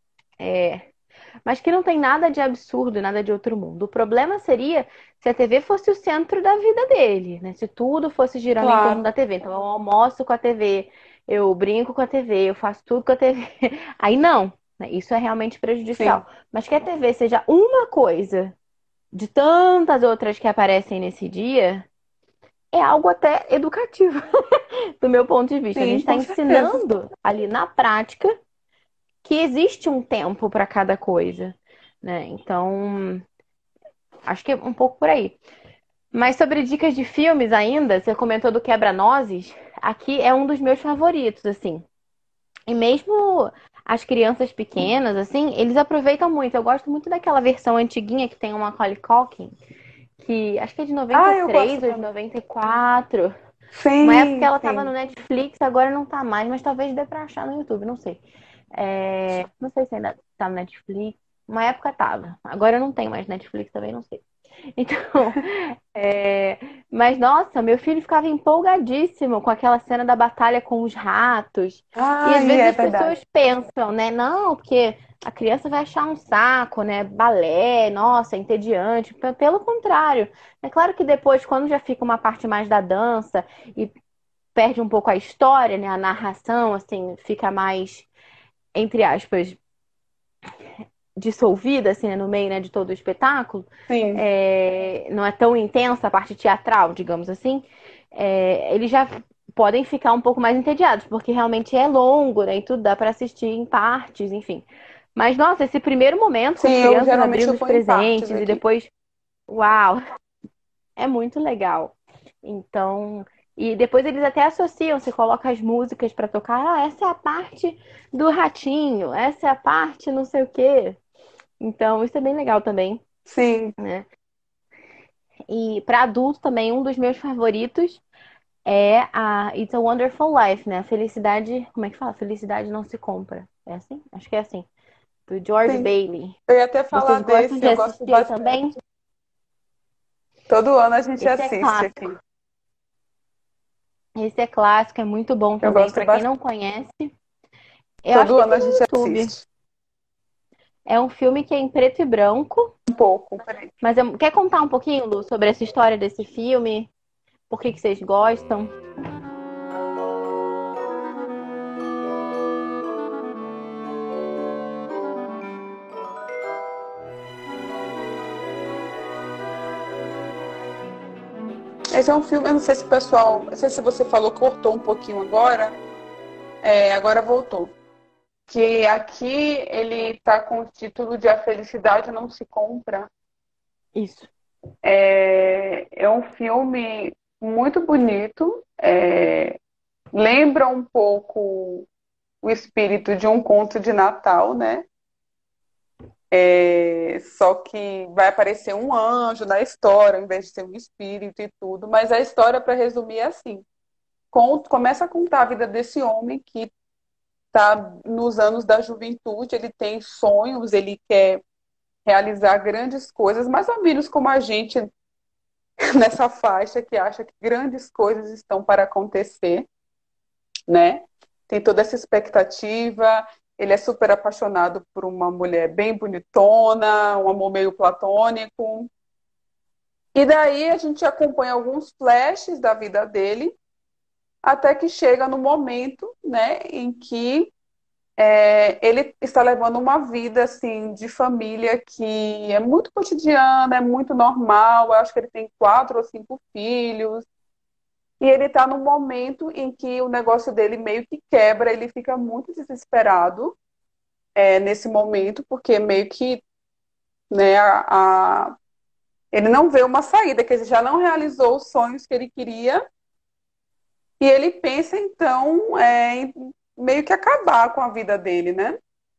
mas que não tem nada de absurdo, nada de outro mundo. O problema seria se a TV fosse o centro da vida dele, né? Se tudo fosse girando em torno claro, da TV. Então, eu almoço com a TV, eu brinco com a TV, eu faço tudo com a TV. Aí não, né? Isso é realmente prejudicial. sim, Mas que a TV seja uma coisa de tantas outras que aparecem nesse dia, é algo até educativo, do meu ponto de vista. A gente sim, está com certeza. ensinando ali na prática que existe um tempo para cada coisa, né? Então, acho que é um pouco por aí. Mas sobre dicas de filmes ainda, você comentou do Quebra-Nozes, aqui é um dos meus favoritos, assim. E mesmo as crianças pequenas, assim, eles aproveitam muito. Eu gosto muito daquela versão antiguinha que tem uma Macaulay Culkin, que acho que é de noventa Ah, e eu gosto três ou de também. 94. Uma época Sim, ela tava no sim. Netflix, agora não tá mais, mas talvez dê pra achar no YouTube, não sei. Não sei se ainda tá no Netflix. Uma época tava. Agora eu não tenho mais Netflix também, não sei. Então, é, mas nossa, meu filho ficava empolgadíssimo com aquela cena da batalha com os ratos. E Ah, às vezes é as verdade. pessoas pensam, né? Não, porque a criança vai achar um saco, né? Balé, nossa, é entediante. Pelo contrário. É claro que depois, quando já fica uma parte mais da dança e perde um pouco a história, né? A narração, assim, fica mais, entre aspas, dissolvida, assim, né, no meio, né, de todo o espetáculo, Sim, não é tão intensa a parte teatral, digamos assim, eles já podem ficar um pouco mais entediados, porque realmente é longo, né, e tudo dá para assistir em partes, enfim. Mas, nossa, esse primeiro momento com sim, as eu crianças geralmente abrindo eu os vou em partes presentes e aqui. depois, uau, é muito legal. Então, e depois eles até associam, você coloca as músicas para tocar, essa é a parte do ratinho, essa é a parte não sei o quê. Então, isso é bem legal também, Sim, né? E para adulto também, um dos meus favoritos é a It's a Wonderful Life, né? Felicidade, como é que fala? Felicidade não se compra. É assim? Acho que é assim. Do George sim. Bailey. Eu ia até falar Vocês gostam desse, de eu gosto assistir bastante. também? Todo ano a gente Esse é assiste clássico. aqui. Esse é clássico, é muito bom Eu também. gosto Para quem bastante. não conhece, eu acho Todo que ano a tem no gente YouTube. assiste. É um filme que é em preto e branco. Um pouco. Peraí. Mas quer contar um pouquinho, Lu, sobre essa história desse filme? Por que que vocês gostam? Esse é um filme, eu não sei se o pessoal, não sei se você falou, cortou um pouquinho agora, agora voltou. Que aqui ele está com o título de A Felicidade Não Se Compra. Isso. É um filme muito bonito, lembra um pouco o espírito de um conto de Natal, né? Só que vai aparecer um anjo na história, ao invés de ser um espírito e tudo. Mas a história, para resumir, é assim: começa a contar a vida desse homem que está nos anos da juventude, ele tem sonhos, ele quer realizar grandes coisas, mais ou menos como a gente nessa faixa que acha que grandes coisas estão para acontecer, né? Tem toda essa expectativa. Ele é super apaixonado por uma mulher bem bonitona, um amor meio platônico. E daí a gente acompanha alguns flashes da vida dele, até que chega no momento, né, em que ele está levando uma vida assim de família que é muito cotidiana, é muito normal. Eu acho que ele tem 4 ou 5 filhos. E ele está num momento em que o negócio dele meio que quebra, ele fica muito desesperado nesse momento, porque meio que, né, ele não vê uma saída, que ele já não realizou os sonhos que ele queria, e ele pensa, então, em meio que acabar com a vida dele, né?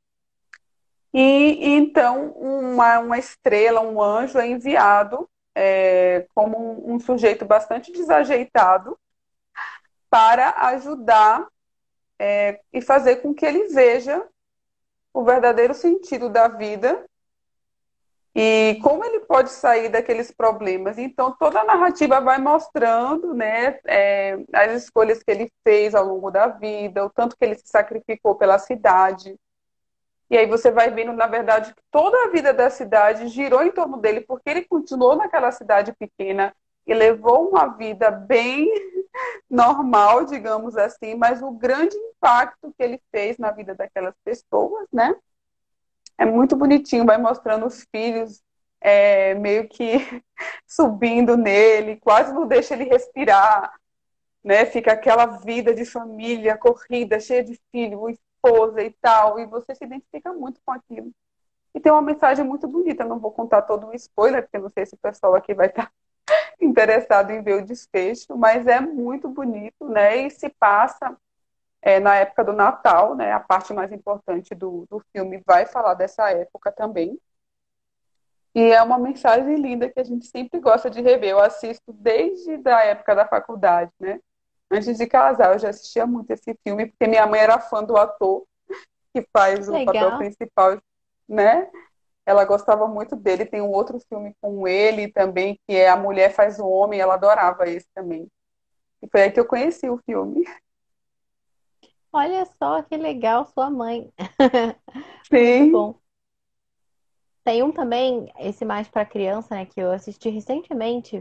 E então uma estrela, um anjo é enviado como um sujeito bastante desajeitado para ajudar e fazer com que ele veja o verdadeiro sentido da vida e como ele pode sair daqueles problemas. Então, toda a narrativa vai mostrando, né, as escolhas que ele fez ao longo da vida, o tanto que ele se sacrificou pela cidade. E aí você vai vendo, na verdade, que toda a vida da cidade girou em torno dele, porque ele continuou naquela cidade pequena e levou uma vida bem normal, digamos assim, mas o grande impacto que ele fez na vida daquelas pessoas, né? É muito bonitinho, vai mostrando os filhos meio que subindo nele, quase não deixa ele respirar, né? Fica aquela vida de família, corrida, cheia de filho, esposa e tal, e você se identifica muito com aquilo. E tem uma mensagem muito bonita, não vou contar todo o spoiler, porque não sei se o pessoal aqui vai estar interessado em ver o desfecho, mas é muito bonito, né? E se passa na época do Natal, né? A parte mais importante do filme vai falar dessa época também. E é uma mensagem linda que a gente sempre gosta de rever. Eu assisto desde a época da faculdade, né? Antes de casar, eu já assistia muito esse filme, porque minha mãe era fã do ator que faz o papel Legal. principal, né? Ela gostava muito dele. Tem um outro filme com ele também, que é A Mulher Faz o Homem. Ela adorava esse também. E foi aí que eu conheci o filme. Olha só que legal, sua mãe. Muito Sim, bom. Tem um também, esse mais para criança, né, que eu assisti recentemente,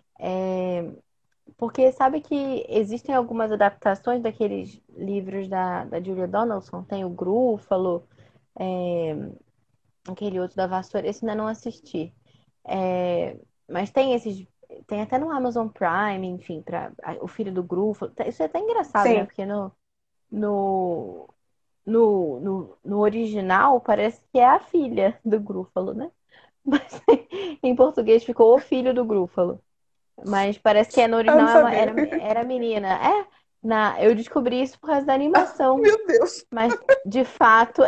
porque sabe que existem algumas adaptações daqueles livros da Julia Donaldson, tem o Grúfalo, aquele outro da Vassoura, esse ainda não assisti. Mas tem esses, tem até no Amazon Prime, enfim, para o filho do Grúfalo. Isso é até engraçado, né? sim. Porque no, no original parece que é a filha do Grúfalo, né? Mas em português ficou o filho do Grúfalo. Mas parece que no Eu não original sabia. era menina. Eu descobri isso por causa da animação. Meu Deus. Mas de fato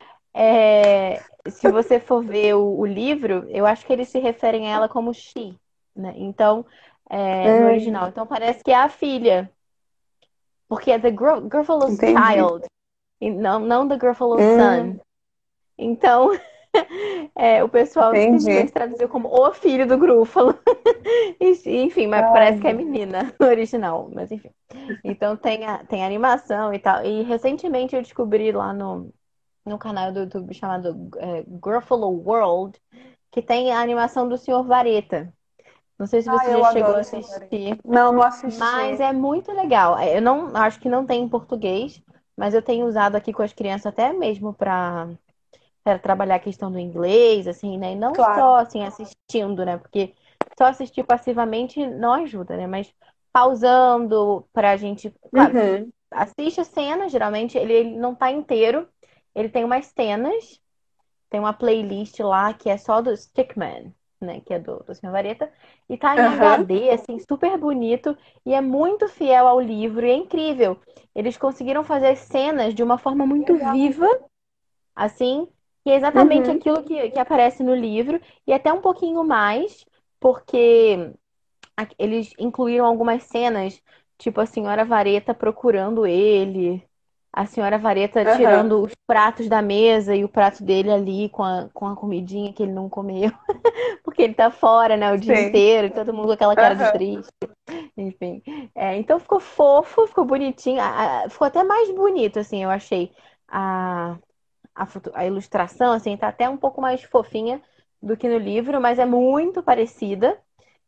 se você for ver o livro, eu acho que eles se referem a ela como she, né? Então, no Hum, original. Então parece que é a filha. Porque é The Gruffalo's entendi. Child. E não The Gruffalo's Hum, Son. Então, o pessoal entendi. simplesmente traduziu como o filho do Grúfalo. Enfim, mas Ai, parece que é meu Deus. menina no original. Mas enfim. Então tem animação e tal. E recentemente eu descobri lá no canal do YouTube chamado Gruffalo World, que tem a animação do Senhor Vareta. Não sei se Ai, você eu já chegou adoro a o Seu Marido. assistir, Não, não mas assisti. é muito legal. Eu não acho que não tem em português, mas eu tenho usado aqui com as crianças até mesmo para trabalhar a questão do inglês, assim, né? E não Claro. só assim assistindo, né? Porque só assistir passivamente não ajuda, né? Mas pausando pra gente, claro, Uhum. assiste a cena, geralmente ele não tá inteiro, ele tem umas cenas, tem uma playlist lá que é só do Stickman, né? Que é do Senhor Vareta. E tá em Aham. HD, assim, super bonito. E é muito fiel ao livro. E é incrível. Eles conseguiram fazer as cenas de uma forma muito Legal. viva, assim. Que é exatamente Uhum. aquilo que aparece no livro. E até um pouquinho mais, porque eles incluíram algumas cenas, tipo a senhora Vareta procurando ele, a senhora Vareta Aham. tirando os pratos da mesa e o prato dele ali com a comidinha que ele não comeu, porque ele tá fora, né, o dia Sim. inteiro, e todo mundo com aquela cara de Aham. triste, enfim. Então ficou fofo, ficou bonitinho, ficou até mais bonito, assim, eu achei a, a ilustração, assim, tá até um pouco mais fofinha do que no livro, mas é muito parecida.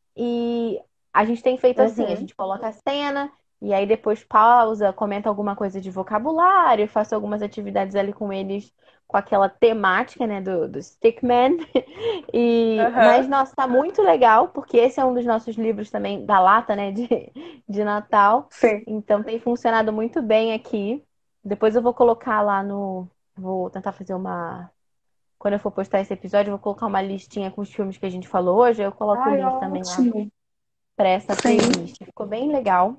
E a gente tem feito assim, a Uhum. gente coloca a cena e aí depois pausa, comenta alguma coisa de vocabulário, faço algumas atividades ali com eles com aquela temática, né, do Stickman. Mas, Aham. nossa, tá muito legal, porque esse é um dos nossos livros também da lata, né, de Natal. Sim. Então tem funcionado muito bem aqui. Depois eu vou colocar lá no. Vou tentar fazer uma. Quando eu for postar esse episódio, eu vou colocar uma listinha com os filmes que a gente falou hoje. Eu coloco o Ai, link também lá ótimo. para essa Sim. playlist. Ficou bem legal.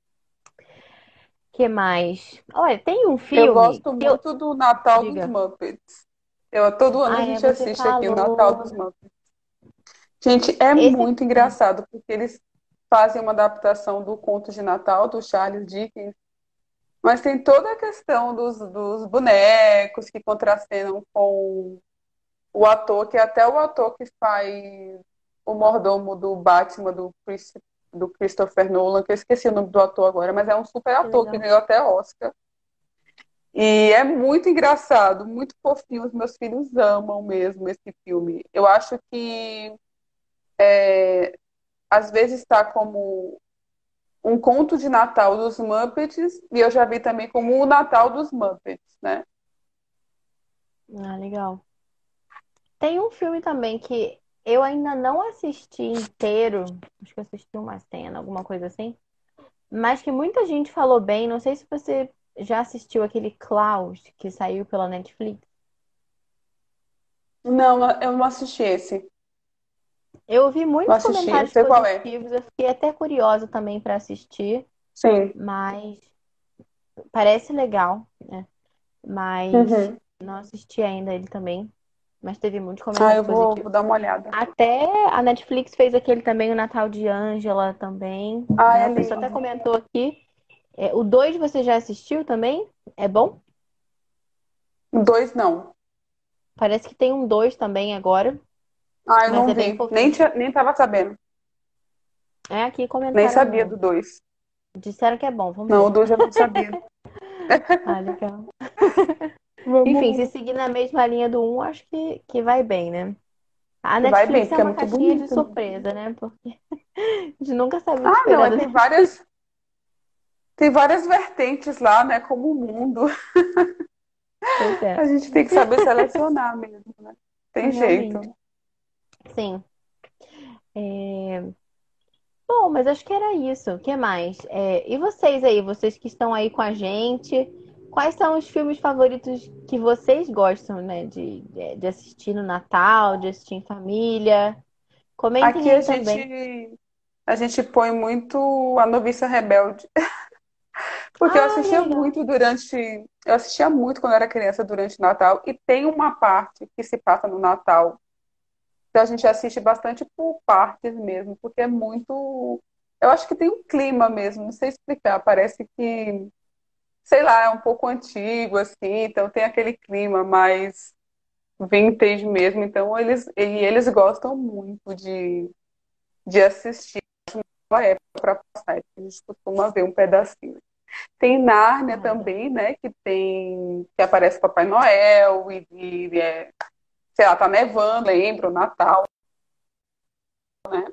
Que mais? Olha, tem um Eu filme gosto que eu. muito do Natal dos Diga. Muppets. Todo ano a Ah, é, gente você assiste aqui o Natal falou. dos Muppets. Gente, é Esse muito é. engraçado, porque eles fazem uma adaptação do conto de Natal do Charles Dickens, mas tem toda a questão dos bonecos que contracenam com o ator, que é até o ator que faz o mordomo do Batman, do Christopher Nolan, que eu esqueci o nome do ator agora, mas é um super Que ator que legal. ganhou até Oscar. E é muito engraçado, muito fofinho. Os meus filhos amam mesmo esse filme. Eu acho que às vezes está como um conto de Natal dos Muppets, e eu já vi também como o Natal dos Muppets, né? Ah, legal. Tem um filme também que eu ainda não assisti inteiro. Acho que eu assisti uma cena, alguma coisa assim. Mas que muita gente falou bem. Não sei se você já assistiu aquele Klaus que saiu pela Netflix. Não, eu não assisti esse. Eu ouvi Não muitos assisti, eu comentários sei qual é. positivos. Eu fiquei até curiosa também para assistir. Sim. Mas parece legal, né? Mas Uhum. não assisti ainda ele também. Mas teve muitos Ah, comentários eu vou positivos. dar uma olhada. Até a Netflix fez aquele também, o Natal de Ângela também, Ah, né? é O pessoal até lindo. comentou aqui. É, o 2 você já assistiu também? É bom? Dois não. Parece que tem um 2 também agora, Ah, eu mas não é bem vi. Nem, fofinho. nem tava sabendo. É, aqui Nem comentaram sabia do dois. disseram que é bom, vamos Não, o ver. dois eu não sabia. Ah, legal. Enfim, se Vamos. seguir na mesma linha do um, acho que vai bem, né? A Vai bem, Netflix é porque é uma muito caixinha de bonito, né? surpresa, né? Porque a gente nunca sabe o que Ah, não, esperar é, da tem várias vertentes lá, né? Como o mundo. Pois é, A gente tem que saber selecionar mesmo, né? Tem realmente. jeito. Sim. É, bom, mas acho que era isso. O que mais? É, e vocês aí, vocês que estão aí com a gente, quais são os filmes favoritos que vocês gostam, né, de assistir no Natal, de assistir em família? Comentem Aqui aí também. a gente põe muito a Noviça Rebelde, porque Ah, que legal. eu assistia muito quando era criança durante o Natal, e tem uma parte que se passa no Natal, que a gente assiste bastante por partes mesmo, porque é muito, eu acho que tem um clima mesmo, não sei explicar, parece que, sei lá, é um pouco antigo assim, então tem aquele clima mais vintage mesmo, então eles gostam muito de assistir naquela época para passar. A gente costuma ver um pedacinho. Tem Nárnia Ah, legal. também, né? Que aparece Papai Noel sei lá, tá nevando, lembra, o Natal, né?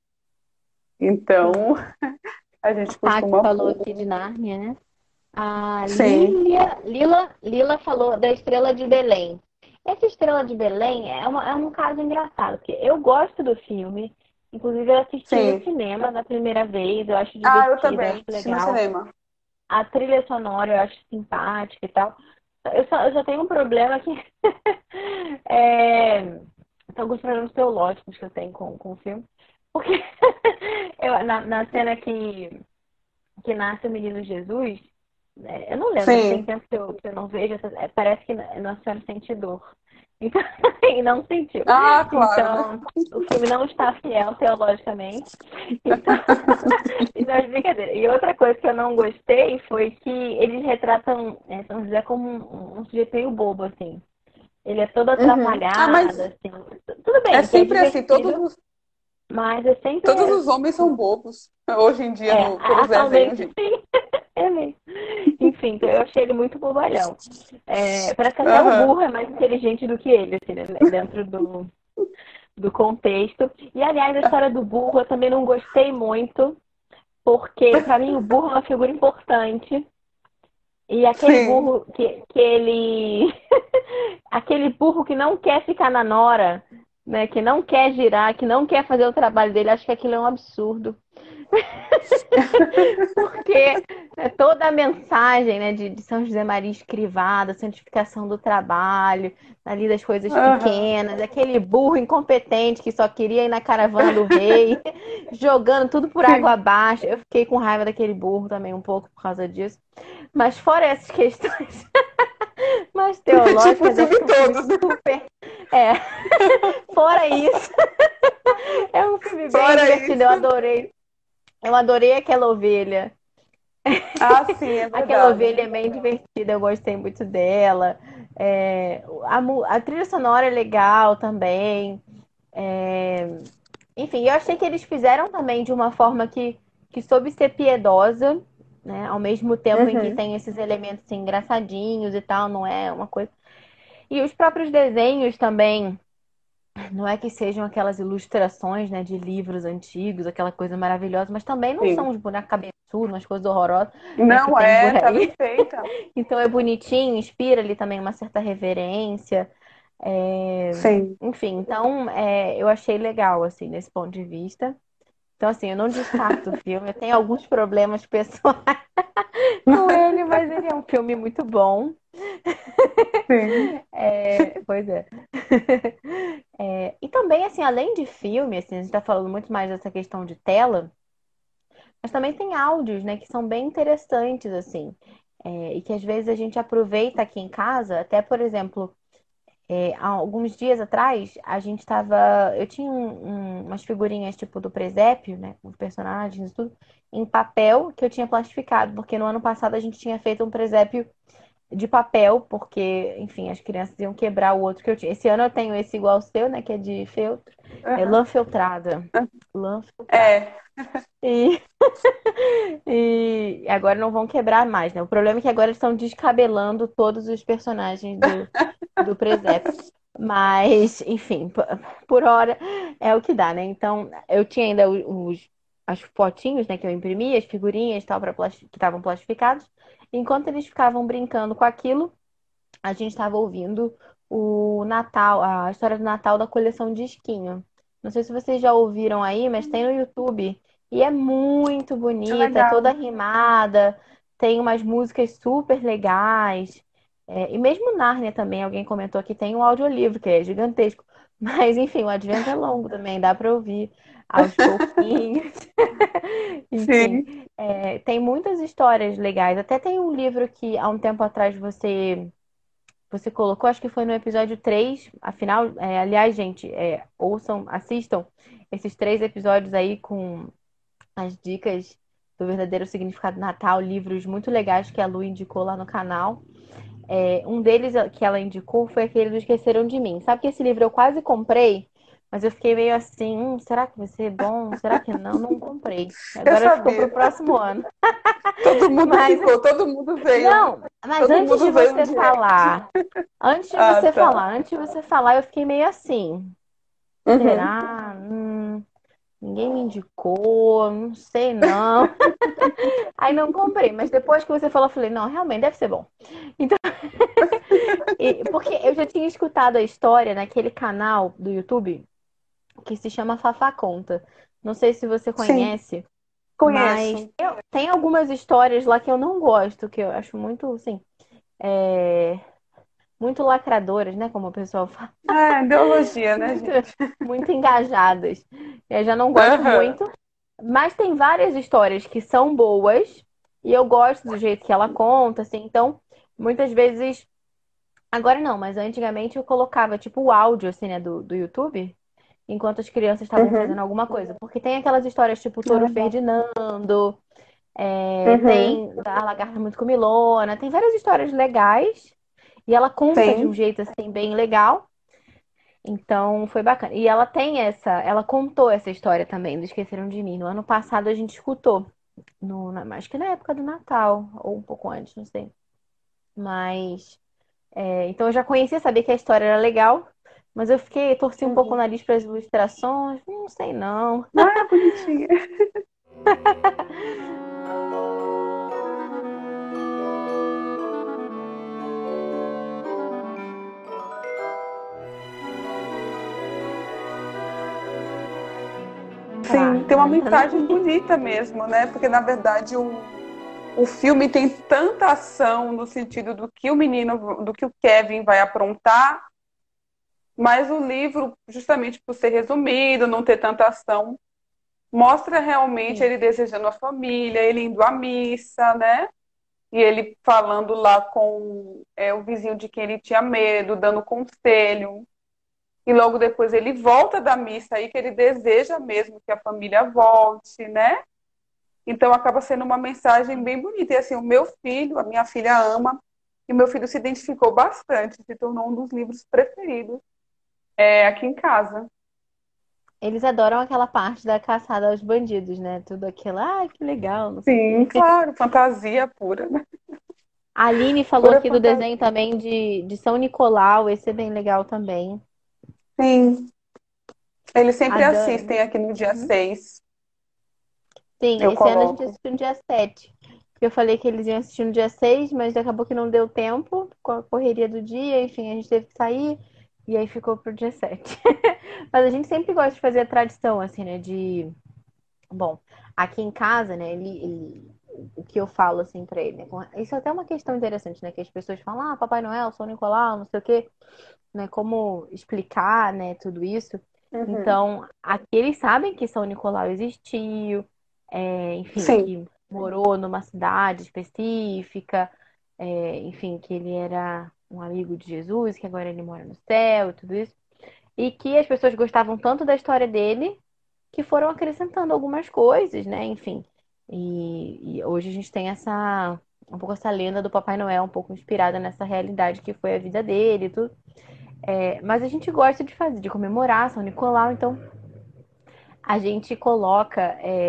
Então, Sim. a A gente Paty costuma falou pôr. aqui de Nárnia, né? A Sim, Lila falou da Estrela de Belém. Essa Estrela de Belém é um caso engraçado, porque eu gosto do filme. Inclusive, eu assisti no sim. cinema na primeira vez, eu acho Ah, eu divertido, eu também, acho assisti no legal. cinema. A trilha sonora eu acho simpática e tal. Eu só tenho um problema que é, são alguns problemas teológicos que eu tenho com o filme. Porque na cena que nasce o menino Jesus, eu não lembro, tem Sim. tempo que eu não vejo, parece que Nossa Senhora sente dor. Então, e não sentiu. Ah, claro, né? Então, o filme não está fiel teologicamente. Então, isso é brincadeira. E outra coisa que eu não gostei foi que eles retratam São José como um sujeito meio bobo, assim. Ele é todo Uhum. Ah, atrapalhado, mas assim. Tudo é bem, que é sempre assim, divertido, mas é sempre. todos os homens são bobos, hoje em dia, pelos desenhos, Atualmente gente. sim. É mesmo. Enfim, então eu achei ele muito bobalhão. É, parece que até o Aham. burro é mais inteligente do que ele, assim, né? Dentro do contexto. E, aliás, a história do burro eu também não gostei muito, porque, pra mim, o burro é uma figura importante. E aquele Sim. burro que ele. Aquele burro que não quer ficar na nora, né? Que não quer girar, que não quer fazer o trabalho dele, acho que aquilo é um absurdo. Porque toda a mensagem, né, de São José Maria Escrivá, da santificação do trabalho, ali das coisas Aham. pequenas, aquele burro incompetente que só queria ir na caravana do rei, jogando tudo por água Sim. abaixo. Eu fiquei com raiva daquele burro também um pouco por causa disso. Mas fora essas questões mais Tipo o teológicas, acho filme que é um filme todo, né? super. É, fora isso, é um filme bem Fora divertido. isso. Eu adorei aquela ovelha. Ah, sim, é Aquela verdade. ovelha é bem divertida, eu gostei muito dela. A trilha sonora é legal também. É, enfim, eu achei que eles fizeram também de uma forma que soube ser piedosa, né? Ao mesmo tempo em que Uhum. tem esses elementos assim, engraçadinhos e tal, não é uma coisa. E os próprios desenhos também. Não é que sejam aquelas ilustrações, né, de livros antigos, aquela coisa maravilhosa, mas também não Sim. são os bonecos cabeçudos, umas coisas horrorosas, né, que Não tem por é, tá bem aí. feita. Então é bonitinho, inspira ali também uma certa reverência. Sim. Enfim, então eu achei legal, assim, nesse ponto de vista. Então, assim, eu não descarto o filme. Eu tenho alguns problemas pessoais com ele, mas ele é um filme muito bom. Sim. Pois é. E também, assim, além de filme, assim, a gente tá falando muito mais dessa questão de tela, mas também tem áudios, né, que são bem interessantes, assim. E que às vezes a gente aproveita aqui em casa, até, por exemplo, há alguns dias atrás, a gente tava. Eu tinha umas figurinhas tipo do presépio, né? Com os personagens e tudo, em papel que eu tinha plastificado, porque no ano passado a gente tinha feito um presépio de papel, porque, enfim, as crianças iam quebrar o outro que eu tinha. Esse ano eu tenho esse igual ao seu, né? Que é de feltro. É Aham. lã feltrada. Lã feltrada. É. E, e agora não vão quebrar mais, né? O problema é que agora eles estão descabelando todos os personagens do presépio. Mas, enfim, por hora é o que dá, né? Então, eu tinha ainda as fotinhos, né, que eu imprimi, as figurinhas e tal, que estavam plastificados. Enquanto eles ficavam brincando com aquilo, a gente estava ouvindo o Natal, a história do Natal da coleção Disquinho. Não sei se vocês já ouviram aí, mas tem no YouTube. E é muito É bonita, é toda legal. rimada, tem umas músicas super legais. E mesmo Nárnia também, alguém comentou que tem um audiolivro, que é gigantesco. Mas enfim, o Advento é longo também, dá para ouvir aos pouquinhos. Enfim, Sim. tem muitas histórias legais. Até tem um livro que há um tempo atrás você colocou, acho que foi no episódio 3. Afinal, aliás, gente, ouçam, assistam esses 3 episódios aí com as dicas do verdadeiro significado do Natal, livros muito legais que a Lu indicou lá no canal. Um deles que ela indicou foi aquele do Esqueceram de Mim. Sabe que esse livro eu quase comprei, mas eu fiquei meio assim, será que vai ser bom? Será que não? Não comprei. Eu Agora ficou pro sabia. próximo ano. Todo mundo Mas ficou, todo mundo veio. não, mas Todo mundo veio um direct. Ah, tá. antes de você falar, eu fiquei meio assim. Uhum. Será? Ninguém me indicou, não sei não. Aí não comprei, mas depois que você falou, eu falei, não, realmente deve ser bom. Então, porque eu já tinha escutado a história naquele canal do YouTube que se chama Fafá Conta. Não sei se você Sim, conhece, mas conheço. tem algumas histórias lá que eu não gosto, que eu acho muito, assim, é, muito lacradoras, né? Como o pessoal fala, É, ideologia, né, muito, gente? muito engajadas. Eu já não gosto Aham. muito. Mas tem várias histórias que são boas e eu gosto do jeito que ela conta, assim. Então, muitas vezes, agora não, mas antigamente eu colocava tipo o áudio assim, né, do YouTube, enquanto as crianças estavam Uhum. fazendo alguma coisa, porque tem aquelas histórias tipo É Touro legal. Ferdinando, Uhum. tem da Lagarta Muito Comilona, tem várias histórias legais e ela conta de um Sim. jeito assim bem legal. Então foi bacana. E ela contou essa história também do Esqueceram de Mim. No ano passado a gente escutou. Acho que na época do Natal, ou um pouco antes, não sei. Mas, então eu já conhecia, sabia que a história era legal, Mas eu torci um pouco o Uhum. nariz para as ilustrações. Não sei não. Ah, bonitinha. Tá. Sim, tem uma mensagem bonita mesmo, né? Porque, na verdade, o filme tem tanta ação no sentido do que o menino, do que o Kevin vai aprontar, mas o livro, justamente por ser resumido, não ter tanta ação, mostra realmente Sim. ele desejando a família, ele indo à missa, né? E ele falando lá com o vizinho de quem ele tinha medo, dando conselho. E logo depois ele volta da missa aí, que ele deseja mesmo que a família volte, né? Então acaba sendo uma mensagem bem bonita. E assim, o meu filho, a minha filha ama, e o meu filho se identificou bastante, se tornou um dos livros preferidos aqui em casa. Eles adoram aquela parte da caçada aos bandidos, né? Tudo aquilo, que legal, não sei o Sim, quê. claro, fantasia pura, né? A Aline falou Pura aqui do desenho fantasia. também de São Nicolau, esse é bem legal também. Sim, eles A sempre Dani. assistem aqui no dia Uhum. 6. Sim, Eu esse ano a gente coloco. assistiu no dia 7. Eu falei que eles iam assistir no dia 6, mas acabou que não deu tempo com a correria do dia, enfim, a gente teve que sair e aí ficou pro dia 7. Mas a gente sempre gosta de fazer a tradição, assim, né? Bom, aqui em casa, né, o que eu falo assim pra ele, né? Isso é até uma questão interessante, né? Que as pessoas falam, Papai Noel, São Nicolau, não sei o quê, né? Como explicar, né, tudo isso. Uhum. Então, aqui eles sabem que São Nicolau existiu, enfim, Sim. que morou numa cidade específica, enfim, que ele era um amigo de Jesus, que agora ele mora no céu e tudo isso. E que as pessoas gostavam tanto da história dele que foram acrescentando algumas coisas, né? Enfim. E hoje a gente tem um pouco essa lenda do Papai Noel, um pouco inspirada nessa realidade que foi a vida dele e tudo. Mas a gente gosta de fazer, de comemorar São Nicolau, então a gente coloca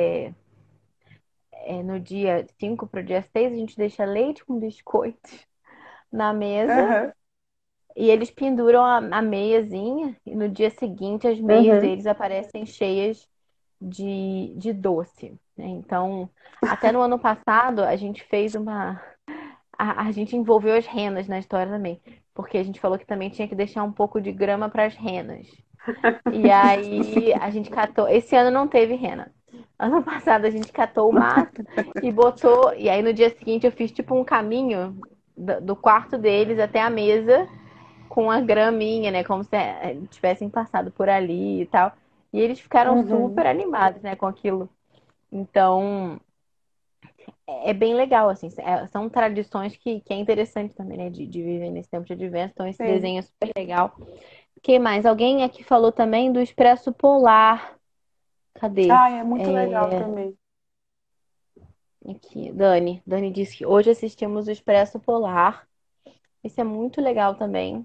no dia 5 para o dia 6, a gente deixa leite com biscoitos na mesa Uhum. e eles penduram a meiazinha e no dia seguinte as meias Uhum. deles aparecem cheias de doce, né? Então, até no ano passado, a gente fez uma. A gente envolveu as renas na história também, porque a gente falou que também tinha que deixar um pouco de grama para as renas. E aí a gente catou. Esse ano não teve rena. Ano passado a gente catou o mato e botou. E aí no dia seguinte eu fiz tipo um caminho do quarto deles até a mesa com a graminha, né? Como se tivessem passado por ali e tal. E eles ficaram Uhum. super animados, né, com aquilo. Então, é bem legal, assim. São tradições que é interessante também, né, de viver nesse tempo de advento. Então, esse Sim. desenho é super legal. O que mais? Alguém aqui falou também do Expresso Polar. Cadê? Ah, é muito legal também. Aqui, Dani. Dani disse que hoje assistimos o Expresso Polar. Isso é muito legal também.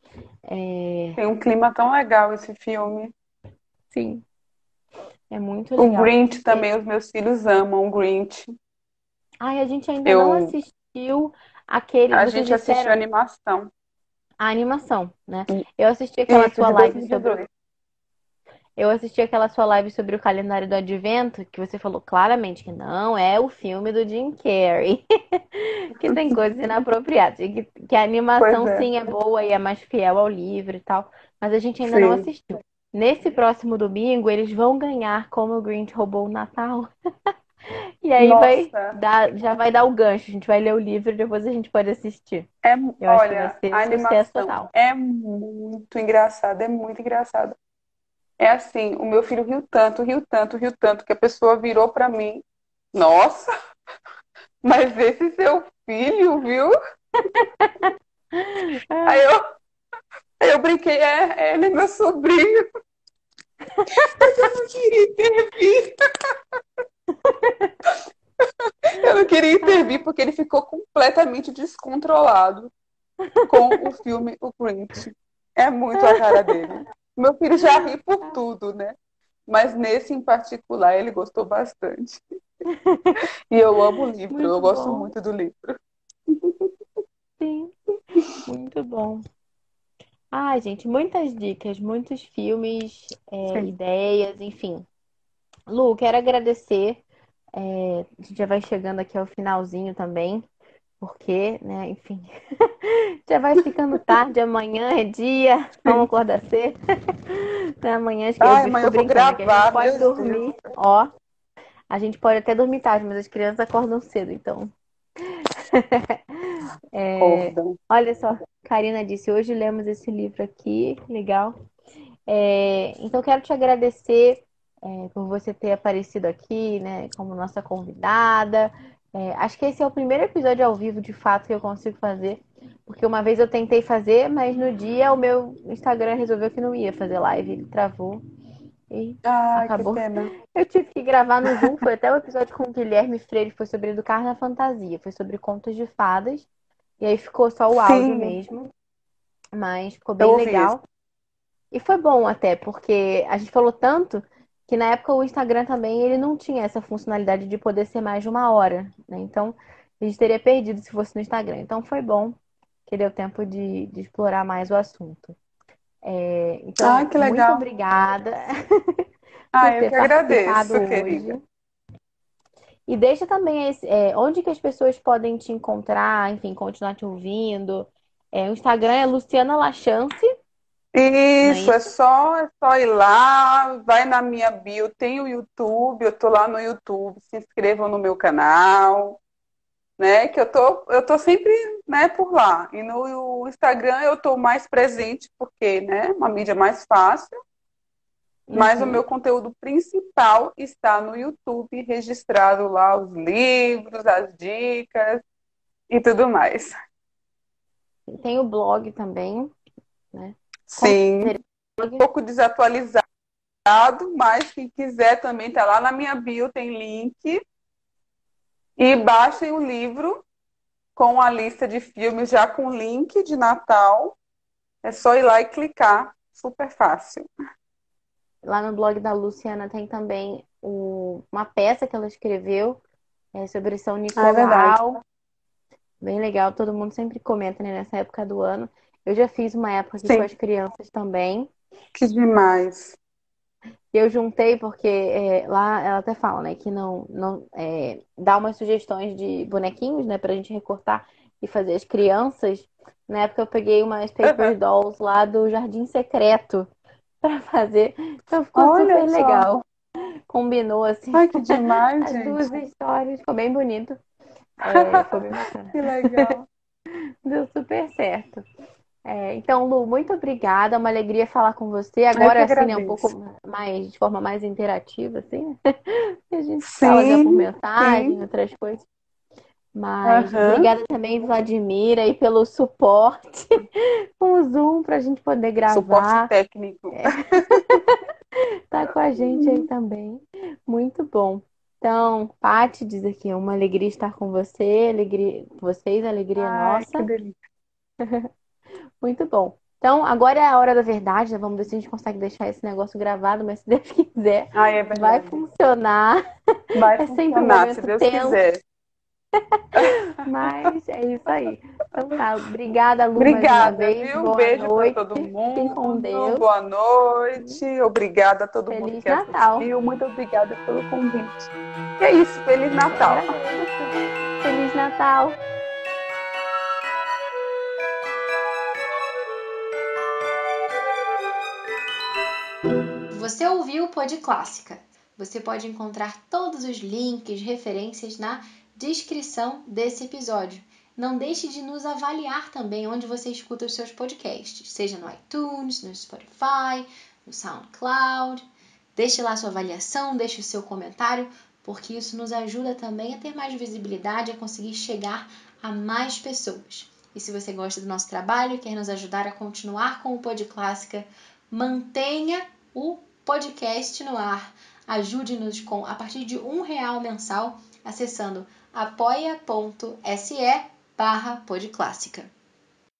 Tem um clima tão legal esse filme. Sim, é muito O legal. Grinch também, os meus filhos amam o Grinch. Ai, a gente ainda não Eu, assistiu aquele. a Vocês gente assistiu a disseram animação. a animação, né? Eu assisti aquela Isso, sua de live sobre 2018. Eu assisti aquela sua live sobre o calendário do Advento, que você falou claramente que não é o filme do Jim Carrey, que tem coisas inapropriadas, e que a Pois animação é, sim é boa e é mais fiel ao livro e tal, mas a gente ainda não sim. assistiu. Nesse próximo domingo, eles vão ganhar Como o Grinch Roubou o Natal. E aí Nossa, já vai dar o gancho. A gente vai ler o livro e depois a gente pode assistir. é, Eu acho que vai olha, a ser sucesso animação total. é muito engraçada, é muito engraçada. É assim, o meu filho riu tanto, riu tanto, riu tanto, que a pessoa virou pra mim, nossa, mas esse seu filho, viu? Aí eu, aí eu brinquei, ele é meu sobrinho, mas eu não queria intervir. Eu não queria intervir porque ele ficou completamente descontrolado com o filme O Grinch. É muito a cara dele. Meu filho já ri por tudo, né? Mas nesse em particular ele gostou bastante. E eu amo o livro, eu Muito gosto bom. muito do livro. Sim, muito bom. Ai, gente, muitas dicas, muitos filmes, Sim. ideias, enfim. Lu, quero agradecer. A gente já vai chegando aqui ao finalzinho também, porque, né, enfim, já vai ficando tarde, amanhã é dia, vamos Sim. acordar cedo. Né, amanhã acho que eu Ai, amanhã fico eu vou brincando, né, que a gente gravar, pode meu Deus. dormir, ó, a gente pode até dormir tarde, mas as crianças acordam cedo, então. Acordam. Olha só, Karina disse, hoje lemos esse livro aqui, legal. Então, quero te agradecer, por você ter aparecido aqui, né, como nossa convidada. Acho que esse é o primeiro episódio ao vivo, de fato, que eu consigo fazer. Porque uma vez eu tentei fazer, mas no dia o meu Instagram resolveu que não ia fazer live. Ele travou e Ai, que acabou. pena. Eu tive que gravar no Zoom. Foi até o episódio com o Guilherme Freire, foi sobre educar na fantasia. Foi sobre contos de fadas. E aí ficou só o áudio Sim, mesmo. Mas ficou eu bem ouvi esse. legal. E foi bom até, porque a gente falou tanto que na época o Instagram também ele não tinha essa funcionalidade de poder ser mais de uma hora, né? Então a gente teria perdido se fosse no Instagram. Então foi bom que deu tempo de explorar mais o assunto. Ai, Então, que muito legal. obrigada por Ai, eu ter que participado agradeço, querida. hoje. E deixa também onde que as pessoas podem te encontrar, enfim, continuar te ouvindo. O Instagram é Luciana Lachance, não é Isso, isso? é só ir lá, vai na minha bio, tem o YouTube, eu tô lá no YouTube, se inscrevam no meu canal, né? Que eu tô sempre, né, por lá. E no Instagram eu tô mais presente porque, né, uma mídia mais fácil, mas o Uhum. meu conteúdo principal está no YouTube, registrado lá os livros, as dicas e tudo mais. Tem o blog também, né? Como Sim, seria o um blog? pouco desatualizado, mas quem quiser também tá lá na minha bio, tem link. E baixem o livro com a lista de filmes já com link de Natal. É só ir lá e clicar. Super fácil. Lá no blog da Luciana tem também uma peça que ela escreveu sobre São Ah, é verdade. Nicolau. Bem legal, todo mundo sempre comenta, né, nessa época do ano. Eu já fiz uma época aqui com Sim, as crianças também. que demais. Eu juntei porque lá ela até fala, né, que não dá umas sugestões de bonequinhos, né, pra gente recortar e fazer as crianças. Na época eu peguei umas paper dolls lá do Jardim Secreto pra fazer. Então ficou Olha super só. legal. Combinou assim Ai, que demais, as duas gente. histórias, ficou bem bonito. Foi bem bacana. Que legal. Deu super certo. Então, Lu, muito obrigada. É uma alegria falar com você. Eu que Agora, assim, né, um pouco agradeço. mais, de forma mais interativa, assim, né? A gente fala já por Sim, mensagem, sim. outras coisas. Mas Aham. obrigada também, Vladimir, aí pelo suporte com o Zoom para a gente poder Suporte gravar. técnico. Tá com a gente aí também. Muito bom. Então, Paty diz aqui, uma alegria estar com você, alegria, vocês, alegria Ai, que nossa. delícia. Muito bom. Então, agora é a hora da verdade, né? Vamos ver se a gente consegue deixar esse negócio gravado, mas se Deus quiser, Ai, é vai verdade. funcionar. Vai É sempre um funcionar, se momento Deus tenso, quiser. mas é isso aí. Então tá, obrigada, Lu, mais uma Obrigada, vez. viu? Boa Beijo para noite. todo Fiquem com mundo. Deus. Boa noite. Obrigada a todo mundo Feliz que Natal. assistiu. Muito obrigada pelo convite. E é isso. Feliz Eu que Natal. agradeço. Feliz Natal. Você ouviu o Pod Clássica. Você pode encontrar todos os links, referências na descrição desse episódio. Não deixe de nos avaliar também onde você escuta os seus podcasts, seja no iTunes, no Spotify, no SoundCloud. Deixe lá sua avaliação, deixe o seu comentário, porque isso nos ajuda também a ter mais visibilidade, a conseguir chegar a mais pessoas. E se você gosta do nosso trabalho e quer nos ajudar a continuar com o Pod Clássica, mantenha o podcast no ar. Ajude-nos com a partir de R$ 1 mensal acessando apoia.se/podclássica.